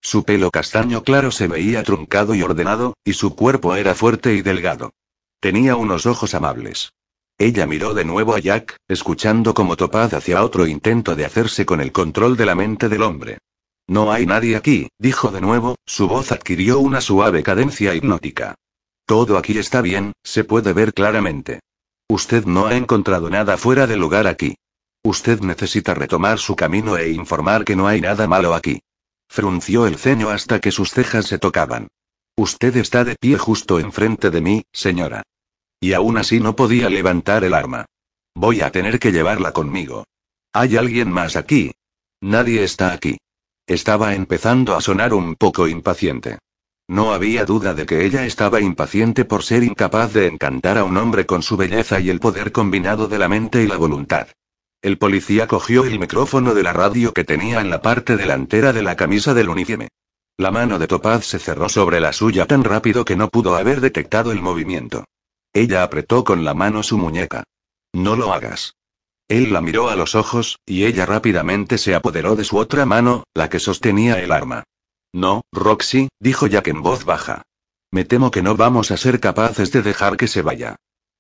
S2: Su pelo castaño claro se veía truncado y ordenado, y su cuerpo era fuerte y delgado. Tenía unos ojos amables. Ella miró de nuevo a Jack, escuchando como Topaz hacía otro intento de hacerse con el control de la mente del hombre. No hay nadie aquí, dijo de nuevo, su voz adquirió una suave cadencia hipnótica. Todo aquí está bien, se puede ver claramente. Usted no ha encontrado nada fuera de lugar aquí. Usted necesita retomar su camino e informar que no hay nada malo aquí. Frunció el ceño hasta que sus cejas se tocaban. Usted está de pie justo enfrente de mí, señora. Y aún así no podía levantar el arma. Voy a tener que llevarla conmigo. ¿Hay alguien más aquí? Nadie está aquí. Estaba empezando a sonar un poco impaciente. No había duda de que ella estaba impaciente por ser incapaz de encantar a un hombre con su belleza y el poder combinado de la mente y la voluntad. El policía cogió el micrófono de la radio que tenía en la parte delantera de la camisa del uniforme. La mano de Topaz se cerró sobre la suya tan rápido que no pudo haber detectado el movimiento. Ella apretó con la mano su muñeca. No lo hagas. Él la miró a los ojos, y ella rápidamente se apoderó de su otra mano, la que sostenía el arma. No, Roxy, dijo Jack en voz baja. Me temo que no vamos a ser capaces de dejar que se vaya.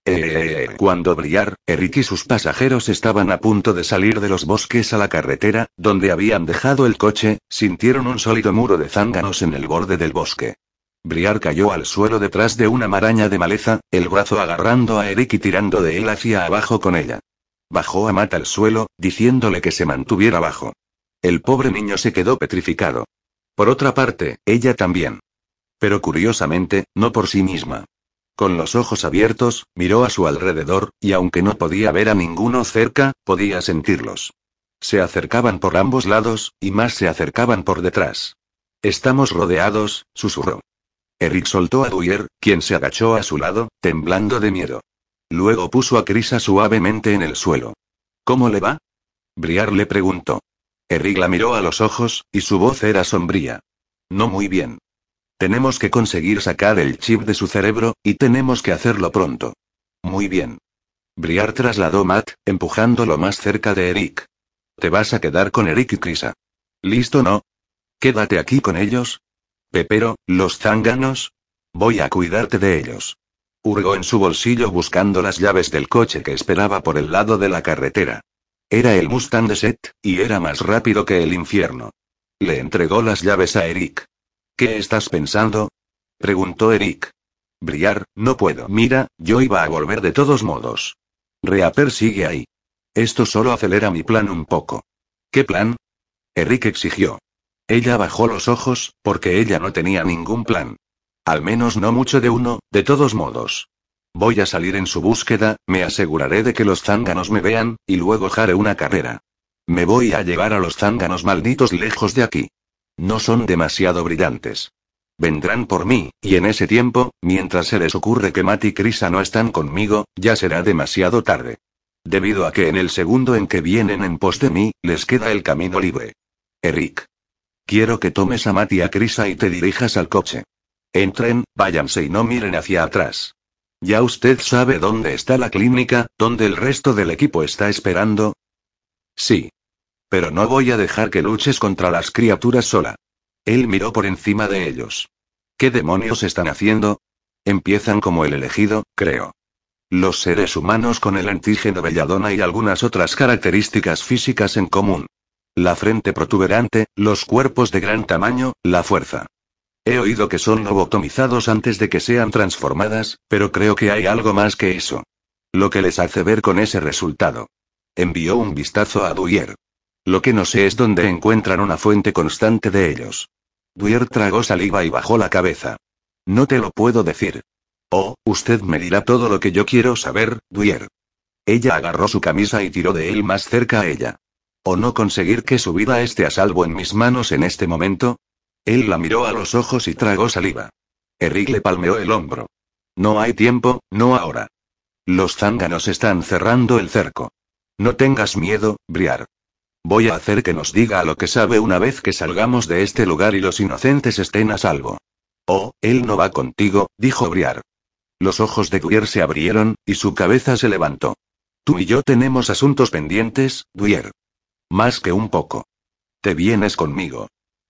S2: Cuando Briar, Eric y sus pasajeros estaban a punto de salir de los bosques a la carretera, donde habían dejado el coche, sintieron un sólido muro de zánganos en el borde del bosque. Briar cayó al suelo detrás de una maraña de maleza, el brazo agarrando a Eric y tirando de él hacia abajo con ella. Bajó a Matt al suelo, diciéndole que se mantuviera abajo. El pobre niño se quedó petrificado. Por otra parte, ella también. Pero curiosamente, no por sí misma. Con los ojos abiertos, miró a su alrededor, y aunque no podía ver a ninguno cerca, podía sentirlos. Se acercaban por ambos lados, y más se acercaban por detrás. Estamos rodeados, susurró. Eric soltó a Dwyer, quien se agachó a su lado, temblando de miedo. Luego puso a Krisa suavemente en el suelo. ¿Cómo le va? Briar le preguntó. Eric la miró a los ojos, y su voz era sombría. No muy bien. Tenemos que conseguir sacar el chip de su cerebro, y tenemos que hacerlo pronto. Muy bien. Briar trasladó a Matt, empujándolo más cerca de Eric. ¿Te vas a quedar con Eric y Krisa? ¿Listo no? Quédate aquí con ellos. Pepero, los zánganos. Voy a cuidarte de ellos. Hurgó en su bolsillo buscando las llaves del coche que esperaba por el lado de la carretera. Era el Mustang de Seth, y era más rápido que el infierno. Le entregó las llaves a Eric. ¿Qué estás pensando? Preguntó Eric. Briar, no puedo. Mira, yo iba a volver de todos modos. Reaper sigue ahí. Esto solo acelera mi plan un poco. ¿Qué plan? Eric exigió. Ella bajó los ojos, porque ella no tenía ningún plan. Al menos no mucho de uno, de todos modos. Voy a salir en su búsqueda, me aseguraré de que los zánganos me vean, y luego haré una carrera. Me voy a llevar a los zánganos malditos lejos de aquí. No son demasiado brillantes. Vendrán por mí, y en ese tiempo, mientras se les ocurre que Matt y Krisa no están conmigo, ya será demasiado tarde. Debido a que en el segundo en que vienen en pos de mí, les queda el camino libre. Eric. Quiero que tomes a Matt y a Krisa y te dirijas al coche. Entren, váyanse y no miren hacia atrás. ¿Ya usted sabe dónde está la clínica, dónde el resto del equipo está esperando? Sí. Pero no voy a dejar que luches contra las criaturas sola. Él miró por encima de ellos. ¿Qué demonios están haciendo? Empiezan como el elegido, creo. Los seres humanos con el antígeno belladona y algunas otras características físicas en común. La frente protuberante, los cuerpos de gran tamaño, la fuerza. He oído que son lobotomizados antes de que sean transformadas, pero creo que hay algo más que eso. Lo que les hace ver con ese resultado. Envió un vistazo a Dwyer. Lo que no sé es dónde encuentran una fuente constante de ellos. Dwyer tragó saliva y bajó la cabeza. No te lo puedo decir. Oh, usted me dirá todo lo que yo quiero saber, Dwyer. Ella agarró su camisa y tiró de él más cerca a ella. ¿O no conseguir que su vida esté a salvo en mis manos en este momento? Él la miró a los ojos y tragó saliva. Eric le palmeó el hombro. No hay tiempo, no ahora. Los zánganos están cerrando el cerco. No tengas miedo, Briar. Voy a hacer que nos diga a lo que sabe una vez que salgamos de este lugar y los inocentes estén a salvo. Oh, él no va contigo, dijo Briar. Los ojos de Dwyer se abrieron, y su cabeza se levantó. Tú y yo tenemos asuntos pendientes, Dwyer. Más que un poco. Te vienes conmigo.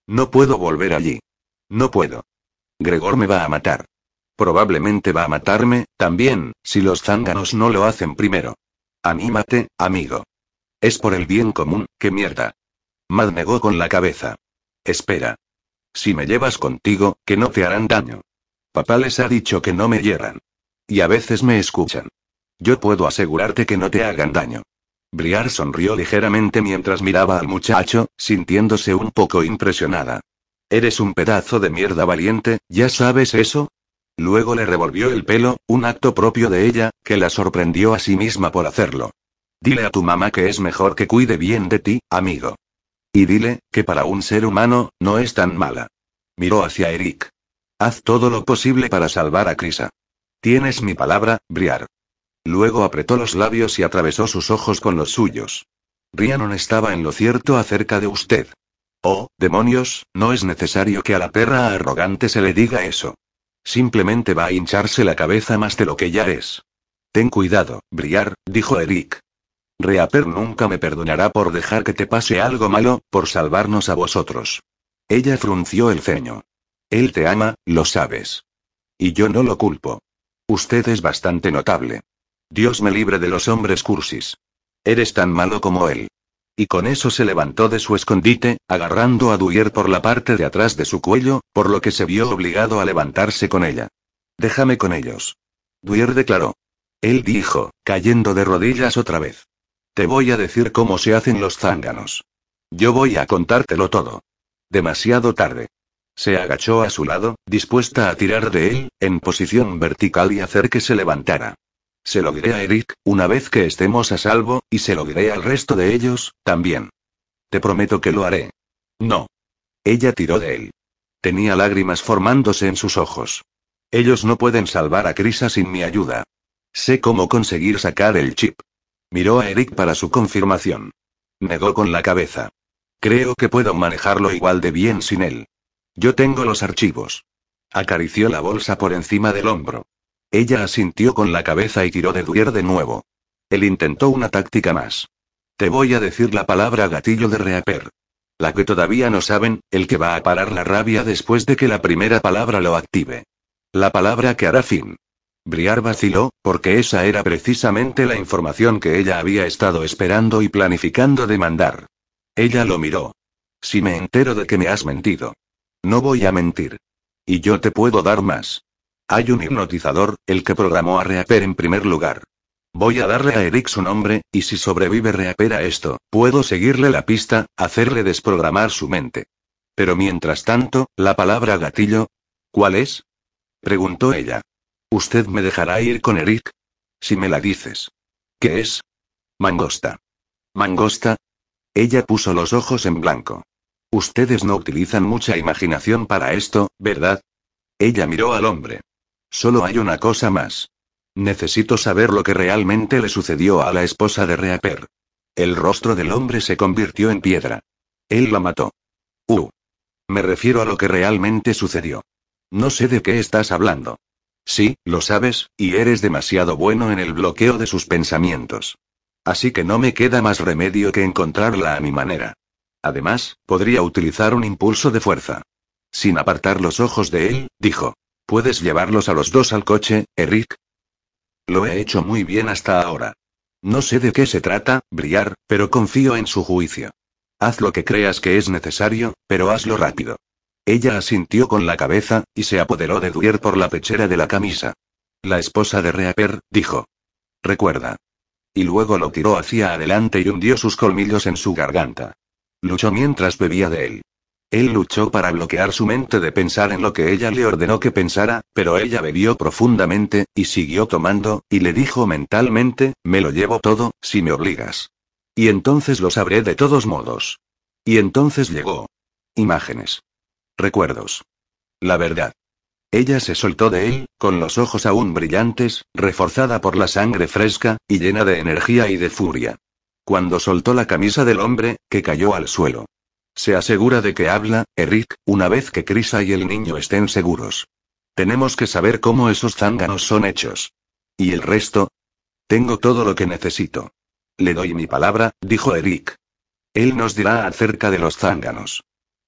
S2: No puedo volver allí. No puedo. Gregor me va a matar. Probablemente va a matarme, también, si los zánganos no lo hacen primero. Anímate, amigo. Es por el bien común, qué mierda. Mad negó con la cabeza. Espera. Si me llevas contigo, que no te harán daño. Papá les ha dicho que no me hieran. Y a veces me escuchan. Yo puedo asegurarte que no te hagan daño. Briar sonrió ligeramente mientras miraba al muchacho, sintiéndose un poco impresionada. Eres un pedazo de mierda valiente, ¿ya sabes eso? Luego le revolvió el pelo, un acto propio de ella, que la sorprendió a sí misma por hacerlo. Dile a tu mamá que es mejor que cuide bien de ti, amigo. Y dile, que para un ser humano, no es tan mala. Miró hacia Eric. Haz todo lo posible para salvar a Krisa. Tienes mi palabra, Briar. Luego apretó los labios y atravesó sus ojos con los suyos. Rhiannon estaba en lo cierto acerca de usted. Oh, demonios, no es necesario que a la perra arrogante se le diga eso. Simplemente va a hincharse la cabeza más de lo que ya es. Ten cuidado, Briar, dijo Eric. Reaper nunca me perdonará por dejar que te pase algo malo, por salvarnos a vosotros. Ella frunció el ceño. Él te ama, lo sabes. Y yo no lo culpo. Usted es bastante notable. Dios me libre de los hombres cursis. Eres tan malo como él. Y con eso se levantó de su escondite, agarrando a Dwyer por la parte de atrás de su cuello, por lo que se vio obligado a levantarse con ella. Déjame con ellos. Dwyer declaró. Él dijo, cayendo de rodillas otra vez. Te voy a decir cómo se hacen los zánganos. Yo voy a contártelo todo. Demasiado tarde. Se agachó a su lado, dispuesta a tirar de él, en posición vertical y hacer que se levantara. Se lo diré a Eric, una vez que estemos a salvo, y se lo diré al resto de ellos, también. Te prometo que lo haré. No. Ella tiró de él. Tenía lágrimas formándose en sus ojos. Ellos no pueden salvar a Krisa sin mi ayuda. Sé cómo conseguir sacar el chip. Miró a Eric para su confirmación. Negó con la cabeza. Creo que puedo manejarlo igual de bien sin él. Yo tengo los archivos. Acarició la bolsa por encima del hombro. Ella asintió con la cabeza y tiró de Dwyer de nuevo. Él intentó una táctica más. Te voy a decir la palabra gatillo de Reaper. La que todavía no saben, el que va a parar la rabia después de que la primera palabra lo active. La palabra que hará fin. Briar vaciló, porque esa era precisamente la información que ella había estado esperando y planificando de mandar. Ella lo miró. Si me entero de que me has mentido. No voy a mentir. Y yo te puedo dar más. Hay un hipnotizador, el que programó a Reaper en primer lugar. Voy a darle a Eric su nombre, y si sobrevive Reaper a esto, puedo seguirle la pista, hacerle desprogramar su mente. Pero mientras tanto, la palabra gatillo. ¿Cuál es? Preguntó ella. ¿Usted me dejará ir con Eric? Si me la dices. ¿Qué es? Mangosta. ¿Mangosta? Ella puso los ojos en blanco. Ustedes no utilizan mucha imaginación para esto, ¿verdad? Ella miró al hombre. Solo hay una cosa más. Necesito saber lo que realmente le sucedió a la esposa de Reaper. El rostro del hombre se convirtió en piedra. Él la mató. Me refiero a lo que realmente sucedió. No sé de qué estás hablando. Sí, lo sabes, y eres demasiado bueno en el bloqueo de sus pensamientos. Así que no me queda más remedio que encontrarla a mi manera. Además, podría utilizar un impulso de fuerza. Sin apartar los ojos de él, dijo. ¿Puedes llevarlos a los dos al coche, Eric? Lo he hecho muy bien hasta ahora. No sé de qué se trata, Briar, pero confío en su juicio. Haz lo que creas que es necesario, pero hazlo rápido. Ella asintió con la cabeza, y se apoderó de Dwyer por la pechera de la camisa. La esposa de Reaper, dijo. Recuerda. Y luego lo tiró hacia adelante y hundió sus colmillos en su garganta. Luchó mientras bebía de él. Él luchó para bloquear su mente de pensar en lo que ella le ordenó que pensara, pero ella bebió profundamente, y siguió tomando, y le dijo mentalmente, me lo llevo todo, si me obligas. Y entonces lo sabré de todos modos. Y entonces llegó. Imágenes. Recuerdos. La verdad. Ella se soltó de él, con los ojos aún brillantes, reforzada por la sangre fresca, y llena de energía y de furia. Cuando soltó la camisa del hombre, que cayó al suelo. Se asegura de que habla, Eric, una vez que Krisa y el niño estén seguros. Tenemos que saber cómo esos zánganos son hechos. ¿Y el resto? Tengo todo lo que necesito. Le doy mi palabra, dijo Eric. Él nos dirá acerca de los zánganos.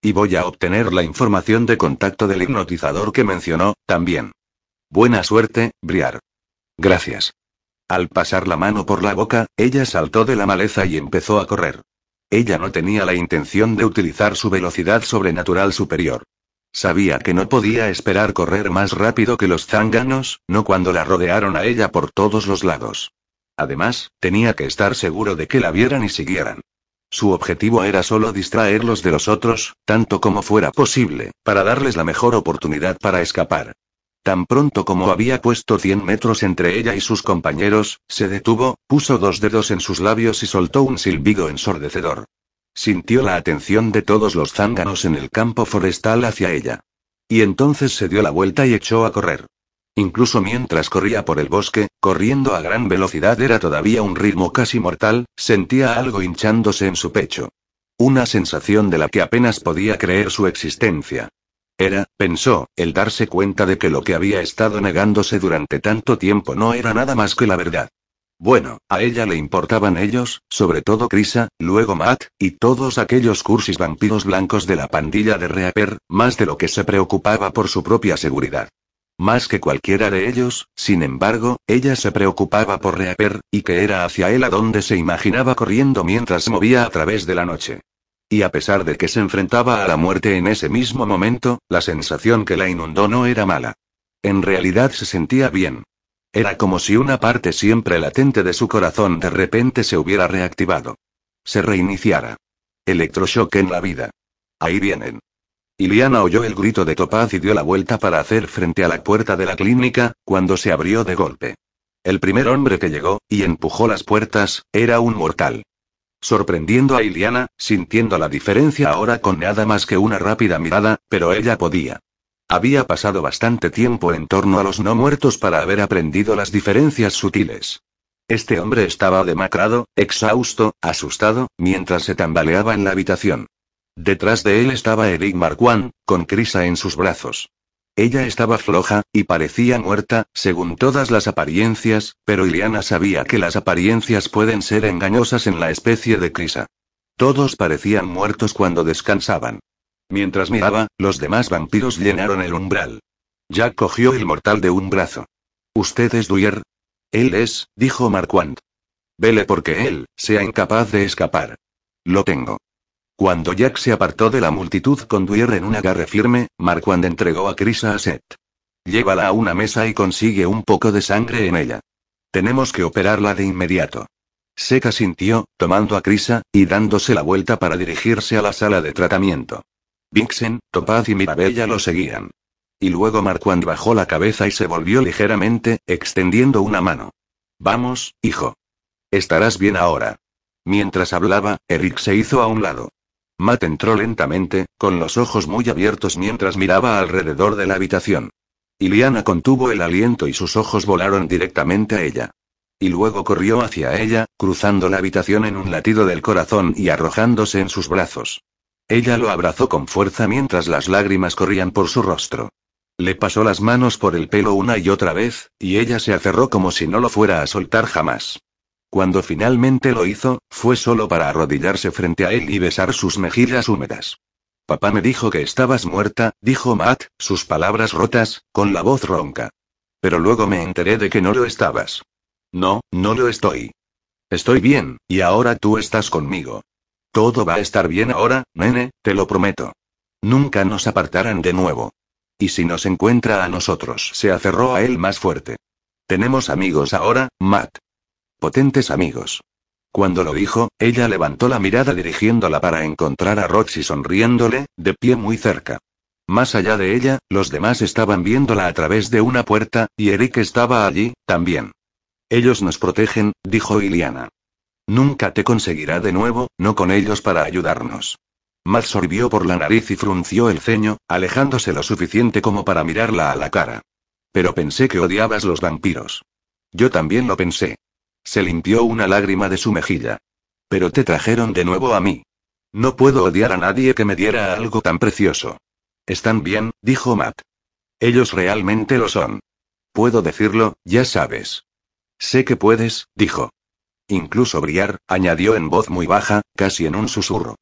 S2: Y voy a obtener la información de contacto del hipnotizador que mencionó, también. Buena suerte, Briar. Gracias. Al pasar la mano por la boca, ella saltó de la maleza y empezó a correr. Ella no tenía la intención de utilizar su velocidad sobrenatural superior. Sabía que no podía esperar correr más rápido que los zánganos, no cuando la rodearon a ella por todos los lados. Además, tenía que estar seguro de que la vieran y siguieran. Su objetivo era solo distraerlos de los otros, tanto como fuera posible, para darles la mejor oportunidad para escapar. Tan pronto como había puesto 100 metros entre ella y sus compañeros, se detuvo, puso 2 dedos en sus labios y soltó un silbido ensordecedor. Sintió la atención de todos los zánganos en el campo forestal hacia ella. Y entonces se dio la vuelta y echó a correr. Incluso mientras corría por el bosque, corriendo a gran velocidad era todavía un ritmo casi mortal, sentía algo hinchándose en su pecho. Una sensación de la que apenas podía creer su existencia. Era, pensó, el darse cuenta de que lo que había estado negándose durante tanto tiempo no era nada más que la verdad. Bueno, a ella le importaban ellos, sobre todo Krisa, luego Matt, y todos aquellos cursis vampiros blancos de la pandilla de Reaper, más de lo que se preocupaba por su propia seguridad. Más que cualquiera de ellos, sin embargo, ella se preocupaba por Reaper, y que era hacia él a donde se imaginaba corriendo mientras se movía a través de la noche. Y a pesar de que se enfrentaba a la muerte en ese mismo momento, la sensación que la inundó no era mala. En realidad se sentía bien. Era como si una parte siempre latente de su corazón de repente se hubiera reactivado. Se reiniciara. Electroshock en la vida. Ahí vienen. Iliana oyó el grito de Topaz y dio la vuelta para hacer frente a la puerta de la clínica, cuando se abrió de golpe. El primer hombre que llegó, y empujó las puertas, era un mortal. Sorprendiendo a Iliana, sintiendo la diferencia ahora con nada más que una rápida mirada, pero ella podía. Había pasado bastante tiempo en torno a los no muertos para haber aprendido las diferencias sutiles. Este hombre estaba demacrado, exhausto, asustado, mientras se tambaleaba en la habitación. Detrás de él estaba Eric Marquand, con Krisa en sus brazos. Ella estaba floja, y parecía muerta, según todas las apariencias, pero Iliana sabía que las apariencias pueden ser engañosas en la especie de Krisa. Todos parecían muertos cuando descansaban. Mientras miraba, los demás vampiros llenaron el umbral. Jack cogió el mortal de un brazo. ¿Usted es Dwyer? Él es, dijo Marquand. Vele porque él sea incapaz de escapar. Lo tengo. Cuando Jack se apartó de la multitud con Dwyer en un agarre firme, Marquand entregó a Krisa a Seth. Llévala a una mesa y consigue un poco de sangre en ella. Tenemos que operarla de inmediato. Seth asintió, tomando a Krisa, y dándose la vuelta para dirigirse a la sala de tratamiento. Vixen, Topaz y Mirabella lo seguían. Y luego Marquand bajó la cabeza y se volvió ligeramente, extendiendo una mano. Vamos, hijo. Estarás bien ahora. Mientras hablaba, Eric se hizo a un lado. Matt entró lentamente, con los ojos muy abiertos mientras miraba alrededor de la habitación. Iliana contuvo el aliento y sus ojos volaron directamente a ella. Y luego corrió hacia ella, cruzando la habitación en un latido del corazón y arrojándose en sus brazos. Ella lo abrazó con fuerza mientras las lágrimas corrían por su rostro. Le pasó las manos por el pelo una y otra vez, y ella se aferró como si no lo fuera a soltar jamás. Cuando finalmente lo hizo, fue solo para arrodillarse frente a él y besar sus mejillas húmedas. Papá me dijo que estabas muerta, dijo Matt, sus palabras rotas, con la voz ronca. Pero luego me enteré de que no lo estabas. No, no lo estoy. Estoy bien, y ahora tú estás conmigo. Todo va a estar bien ahora, nene, te lo prometo. Nunca nos apartarán de nuevo. Y si nos encuentra a nosotros, se aferró a él más fuerte. Tenemos amigos ahora, Matt. Potentes amigos. Cuando lo dijo, ella levantó la mirada dirigiéndola para encontrar a Roxy sonriéndole, de pie muy cerca. Más allá de ella, los demás estaban viéndola a través de una puerta, y Eric estaba allí, también. Ellos nos protegen, dijo Iliana. Nunca te conseguirá de nuevo, no con ellos para ayudarnos. Matt sorbió por la nariz y frunció el ceño, alejándose lo suficiente como para mirarla a la cara. Pero pensé que odiabas los vampiros. Yo también lo pensé. Se limpió una lágrima de su mejilla. Pero te trajeron de nuevo a mí. No puedo odiar a nadie que me diera algo tan precioso. Están bien, dijo Matt. Ellos realmente lo son. Puedo decirlo, ya sabes. Sé que puedes, dijo. Incluso Briar, añadió en voz muy baja, casi en un susurro.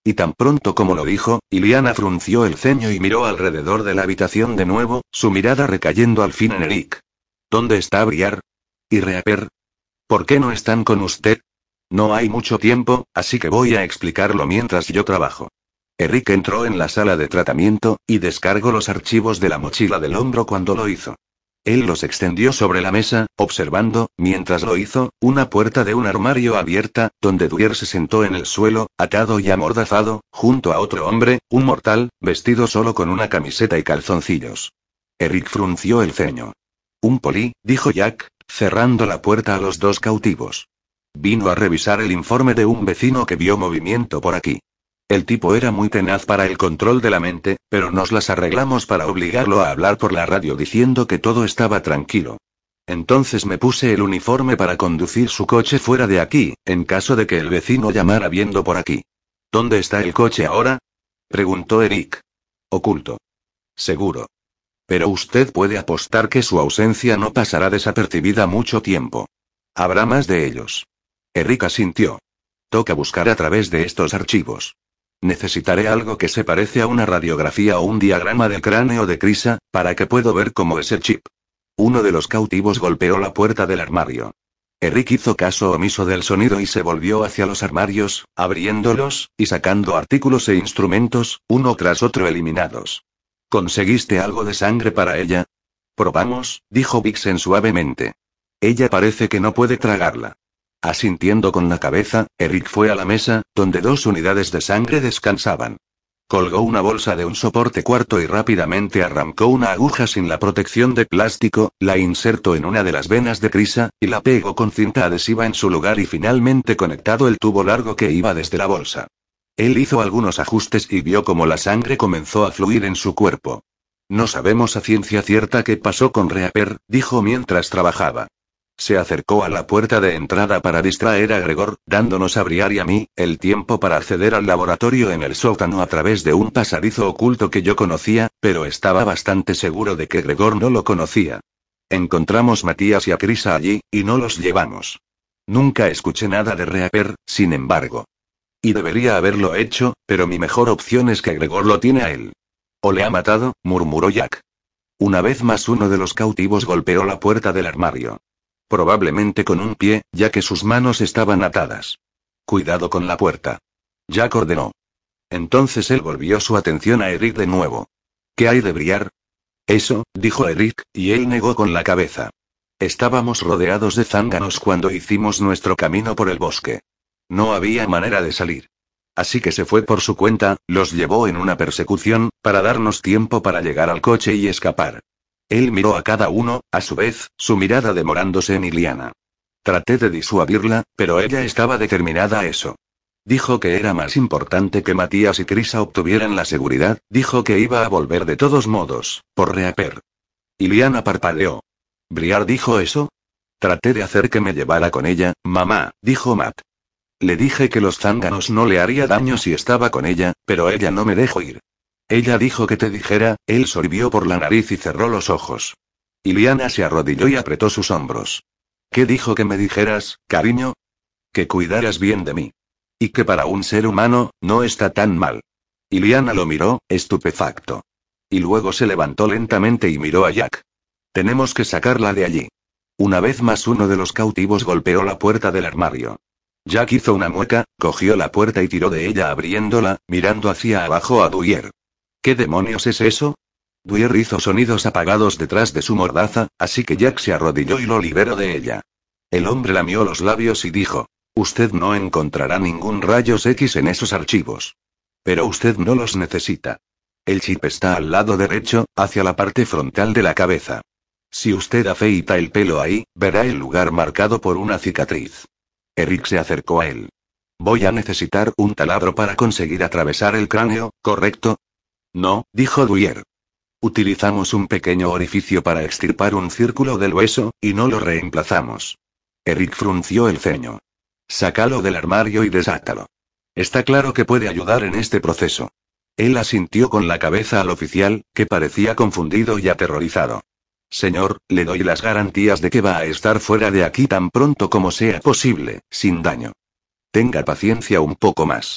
S2: Y tan pronto como lo dijo, Iliana frunció el ceño y miró alrededor de la habitación de nuevo, su mirada recayendo al fin en Eric. ¿Dónde está Briar? ¿Y Reaper? ¿Por qué no están con usted? No hay mucho tiempo, así que voy a explicarlo mientras yo trabajo. Eric entró en la sala de tratamiento, y descargó los archivos de la mochila del hombro cuando lo hizo. Él los extendió sobre la mesa, observando, mientras lo hizo, una puerta de un armario abierta, donde Dwyer se sentó en el suelo, atado y amordazado, junto a otro hombre, un mortal, vestido solo con una camiseta y calzoncillos. Eric frunció el ceño. Un poli, dijo Jack, cerrando la puerta a los dos cautivos. Vino a revisar el informe de un vecino que vio movimiento por aquí. El tipo era muy tenaz para el control de la mente, pero nos las arreglamos para obligarlo a hablar por la radio diciendo que todo estaba tranquilo. Entonces me puse el uniforme para conducir su coche fuera de aquí, en caso de que el vecino llamara viendo por aquí. ¿Dónde está el coche ahora? Preguntó Eric. Oculto. Seguro. Pero usted puede apostar que su ausencia no pasará desapercibida mucho tiempo. Habrá más de ellos. Eric asintió. Toca buscar a través de estos archivos. Necesitaré algo que se parece a una radiografía o un diagrama del cráneo de Krisa, para que pueda ver cómo es el chip. Uno de los cautivos golpeó la puerta del armario. Eric hizo caso omiso del sonido y se volvió hacia los armarios, abriéndolos, y sacando artículos e instrumentos, uno tras otro eliminados. ¿Conseguiste algo de sangre para ella? Probamos, dijo Vixen suavemente. Ella parece que no puede tragarla. Asintiendo con la cabeza, Eric fue a la mesa, donde 2 unidades de sangre descansaban. Colgó una bolsa de un soporte cuarto y rápidamente arrancó una aguja sin la protección de plástico, la insertó en una de las venas de Krisa, y la pegó con cinta adhesiva en su lugar y finalmente conectado el tubo largo que iba desde la bolsa. Él hizo algunos ajustes y vio cómo la sangre comenzó a fluir en su cuerpo. No sabemos a ciencia cierta qué pasó con Reaper, dijo mientras trabajaba. Se acercó a la puerta de entrada para distraer a Gregor, dándonos a Briar y a mí, el tiempo para acceder al laboratorio en el sótano a través de un pasadizo oculto que yo conocía, pero estaba bastante seguro de que Gregor no lo conocía. Encontramos Matías y a Krisa allí, y no los llevamos. Nunca escuché nada de Reaper, sin embargo. Y debería haberlo hecho, pero mi mejor opción es que Gregor lo tiene a él. ¿O le ha matado?, murmuró Jack. Una vez más uno de los cautivos golpeó la puerta del armario. Probablemente con un pie, ya que sus manos estaban atadas. Cuidado con la puerta. Jack ordenó. Entonces él volvió su atención a Eric de nuevo. ¿Qué hay de Briar? Eso, dijo Eric, y él negó con la cabeza. Estábamos rodeados de zánganos cuando hicimos nuestro camino por el bosque. No había manera de salir. Así que se fue por su cuenta, los llevó en una persecución, para darnos tiempo para llegar al coche y escapar. Él miró a cada uno, a su vez, su mirada demorándose en Iliana. Traté de disuadirla, pero ella estaba determinada a eso. Dijo que era más importante que Matías y Krisa obtuvieran la seguridad, dijo que iba a volver de todos modos, por Reaper. Iliana parpadeó. ¿Briar dijo eso? Traté de hacer que me llevara con ella, mamá, dijo Matt. Le dije que los zánganos no le haría daño si estaba con ella, pero ella no me dejó ir. Ella dijo que te dijera, él sorbió por la nariz y cerró los ojos. Iliana se arrodilló y apretó sus hombros. ¿Qué dijo que me dijeras, cariño? Que cuidaras bien de mí. Y que para un ser humano, no está tan mal. Iliana lo miró, estupefacto. Y luego se levantó lentamente y miró a Jack. Tenemos que sacarla de allí. Una vez más uno de los cautivos golpeó la puerta del armario. Jack hizo una mueca, cogió la puerta y tiró de ella abriéndola, mirando hacia abajo a Dwyer. ¿Qué demonios es eso? Dwyer hizo sonidos apagados detrás de su mordaza, así que Jack se arrodilló y lo liberó de ella. El hombre lamió los labios y dijo, usted no encontrará ningún rayos X en esos archivos. Pero usted no los necesita. El chip está al lado derecho, hacia la parte frontal de la cabeza. Si usted afeita el pelo ahí, verá el lugar marcado por una cicatriz. Eric se acercó a él. Voy a necesitar un taladro para conseguir atravesar el cráneo, ¿correcto? No, dijo Dwyer. Utilizamos un pequeño orificio para extirpar un círculo del hueso, y no lo reemplazamos. Eric frunció el ceño. Sácalo del armario y desátalo. Está claro que puede ayudar en este proceso. Él asintió con la cabeza al oficial, que parecía confundido y aterrorizado. Señor, le doy las garantías de que va a estar fuera de aquí tan pronto como sea posible, sin daño. Tenga paciencia un poco más.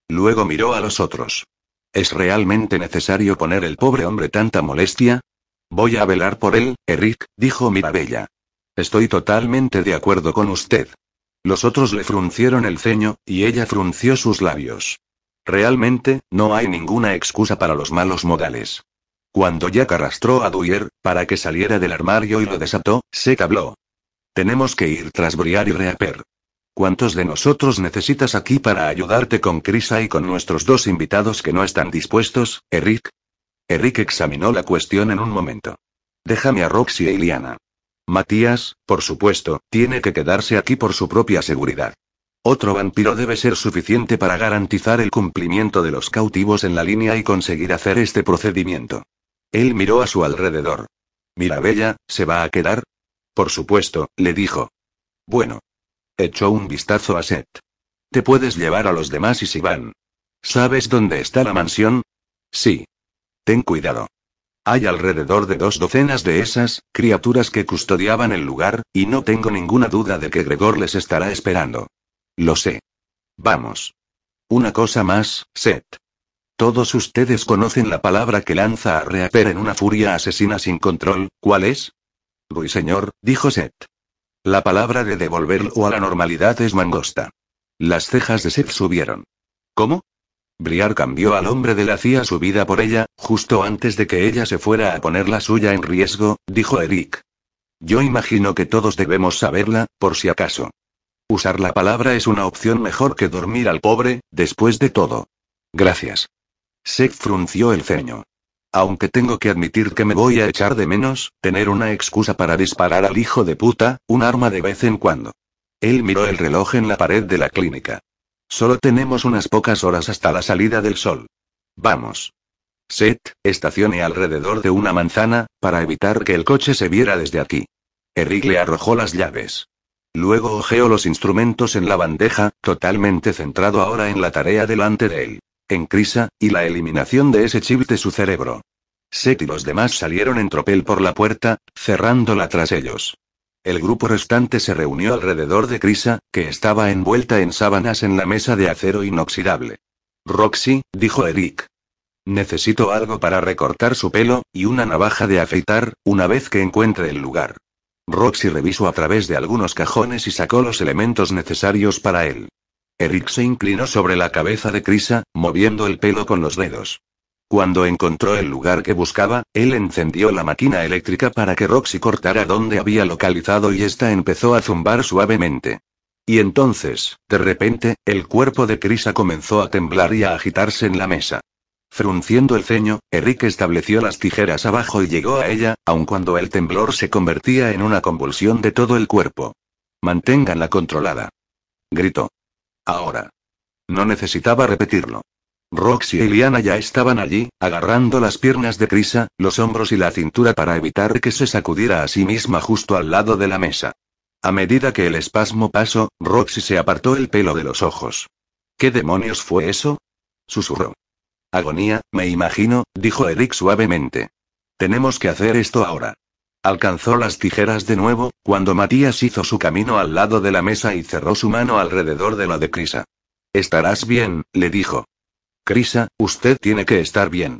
S2: Luego miró a los otros. ¿Es realmente necesario poner al pobre hombre tanta molestia? Voy a velar por él, Eric, dijo Mirabella. Estoy totalmente de acuerdo con usted. Los otros le fruncieron el ceño, y ella frunció sus labios. Realmente, no hay ninguna excusa para los malos modales. Cuando Jack arrastró a Dwyer, para que saliera del armario y lo desató, Seth habló. Tenemos que ir tras Briar y Reaper. ¿Cuántos de nosotros necesitas aquí para ayudarte con Krisa y con nuestros dos invitados que no están dispuestos, Eric? Eric examinó la cuestión en un momento. Déjame a Roxy y Liana. Matías, por supuesto, tiene que quedarse aquí por su propia seguridad. Otro vampiro debe ser suficiente para garantizar el cumplimiento de los cautivos en la línea y conseguir hacer este procedimiento. Él miró a su alrededor. Mirabella, ¿se va a quedar? Por supuesto, le dijo. Bueno. Echó un vistazo a Seth. Te puedes llevar a los demás y si van. ¿Sabes dónde está la mansión? Sí. Ten cuidado. Hay alrededor de 2 docenas de esas criaturas que custodiaban el lugar, y no tengo ninguna duda de que Gregor les estará esperando. Lo sé. Vamos. Una cosa más, Seth. Todos ustedes conocen la palabra que lanza a Reaper en una furia asesina sin control, ¿cuál es? Ruiseñor, dijo Seth. La palabra de devolverlo a la normalidad es mangosta. Las cejas de Seth subieron. ¿Cómo? Briar cambió al hombre de la CIA su vida por ella, justo antes de que ella se fuera a poner la suya en riesgo, dijo Eric. Yo imagino que todos debemos saberla, por si acaso. Usar la palabra es una opción mejor que dormir al pobre, después de todo. Gracias. Seth frunció el ceño. Aunque tengo que admitir que me voy a echar de menos, tener una excusa para disparar al hijo de puta, un arma de vez en cuando. Él miró el reloj en la pared de la clínica. Solo tenemos unas pocas horas hasta la salida del sol. Vamos. Seth, estacione alrededor de una manzana, para evitar que el coche se viera desde aquí. Eric le arrojó las llaves. Luego hojeó los instrumentos en la bandeja, totalmente centrado ahora en la tarea delante de él. En Krisa, y la eliminación de ese chip de su cerebro. Seth y los demás salieron en tropel por la puerta, cerrándola tras ellos. El grupo restante se reunió alrededor de Krisa, que estaba envuelta en sábanas en la mesa de acero inoxidable. Roxy, dijo Eric. Necesito algo para recortar su pelo, y una navaja de afeitar, una vez que encuentre el lugar. Roxy revisó a través de algunos cajones y sacó los elementos necesarios para él. Eric se inclinó sobre la cabeza de Krisa, moviendo el pelo con los dedos. Cuando encontró el lugar que buscaba, él encendió la máquina eléctrica para que Roxy cortara donde había localizado y ésta empezó a zumbar suavemente. Y entonces, de repente, el cuerpo de Krisa comenzó a temblar y a agitarse en la mesa. Frunciendo el ceño, Eric estableció las tijeras abajo y llegó a ella, aun cuando el temblor se convertía en una convulsión de todo el cuerpo. Manténganla controlada. Gritó. Ahora. No necesitaba repetirlo. Roxy y Liana ya estaban allí, agarrando las piernas de Krisa, los hombros y la cintura para evitar que se sacudiera a sí misma justo al lado de la mesa. A medida que el espasmo pasó, Roxy se apartó el pelo de los ojos. ¿Qué demonios fue eso? Susurró. Agonía, me imagino, dijo Eric suavemente. Tenemos que hacer esto ahora. Alcanzó las tijeras de nuevo, cuando Matías hizo su camino al lado de la mesa y cerró su mano alrededor de la de Krisa. Estarás bien, le dijo. Krisa, usted tiene que estar bien.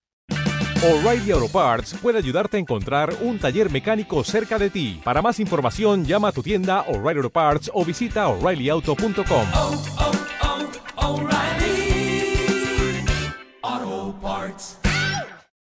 S3: O'Reilly Auto Parts puede ayudarte a encontrar un taller mecánico cerca de ti. Para más información, llama a tu tienda O'Reilly Auto Parts o visita O'ReillyAuto.com.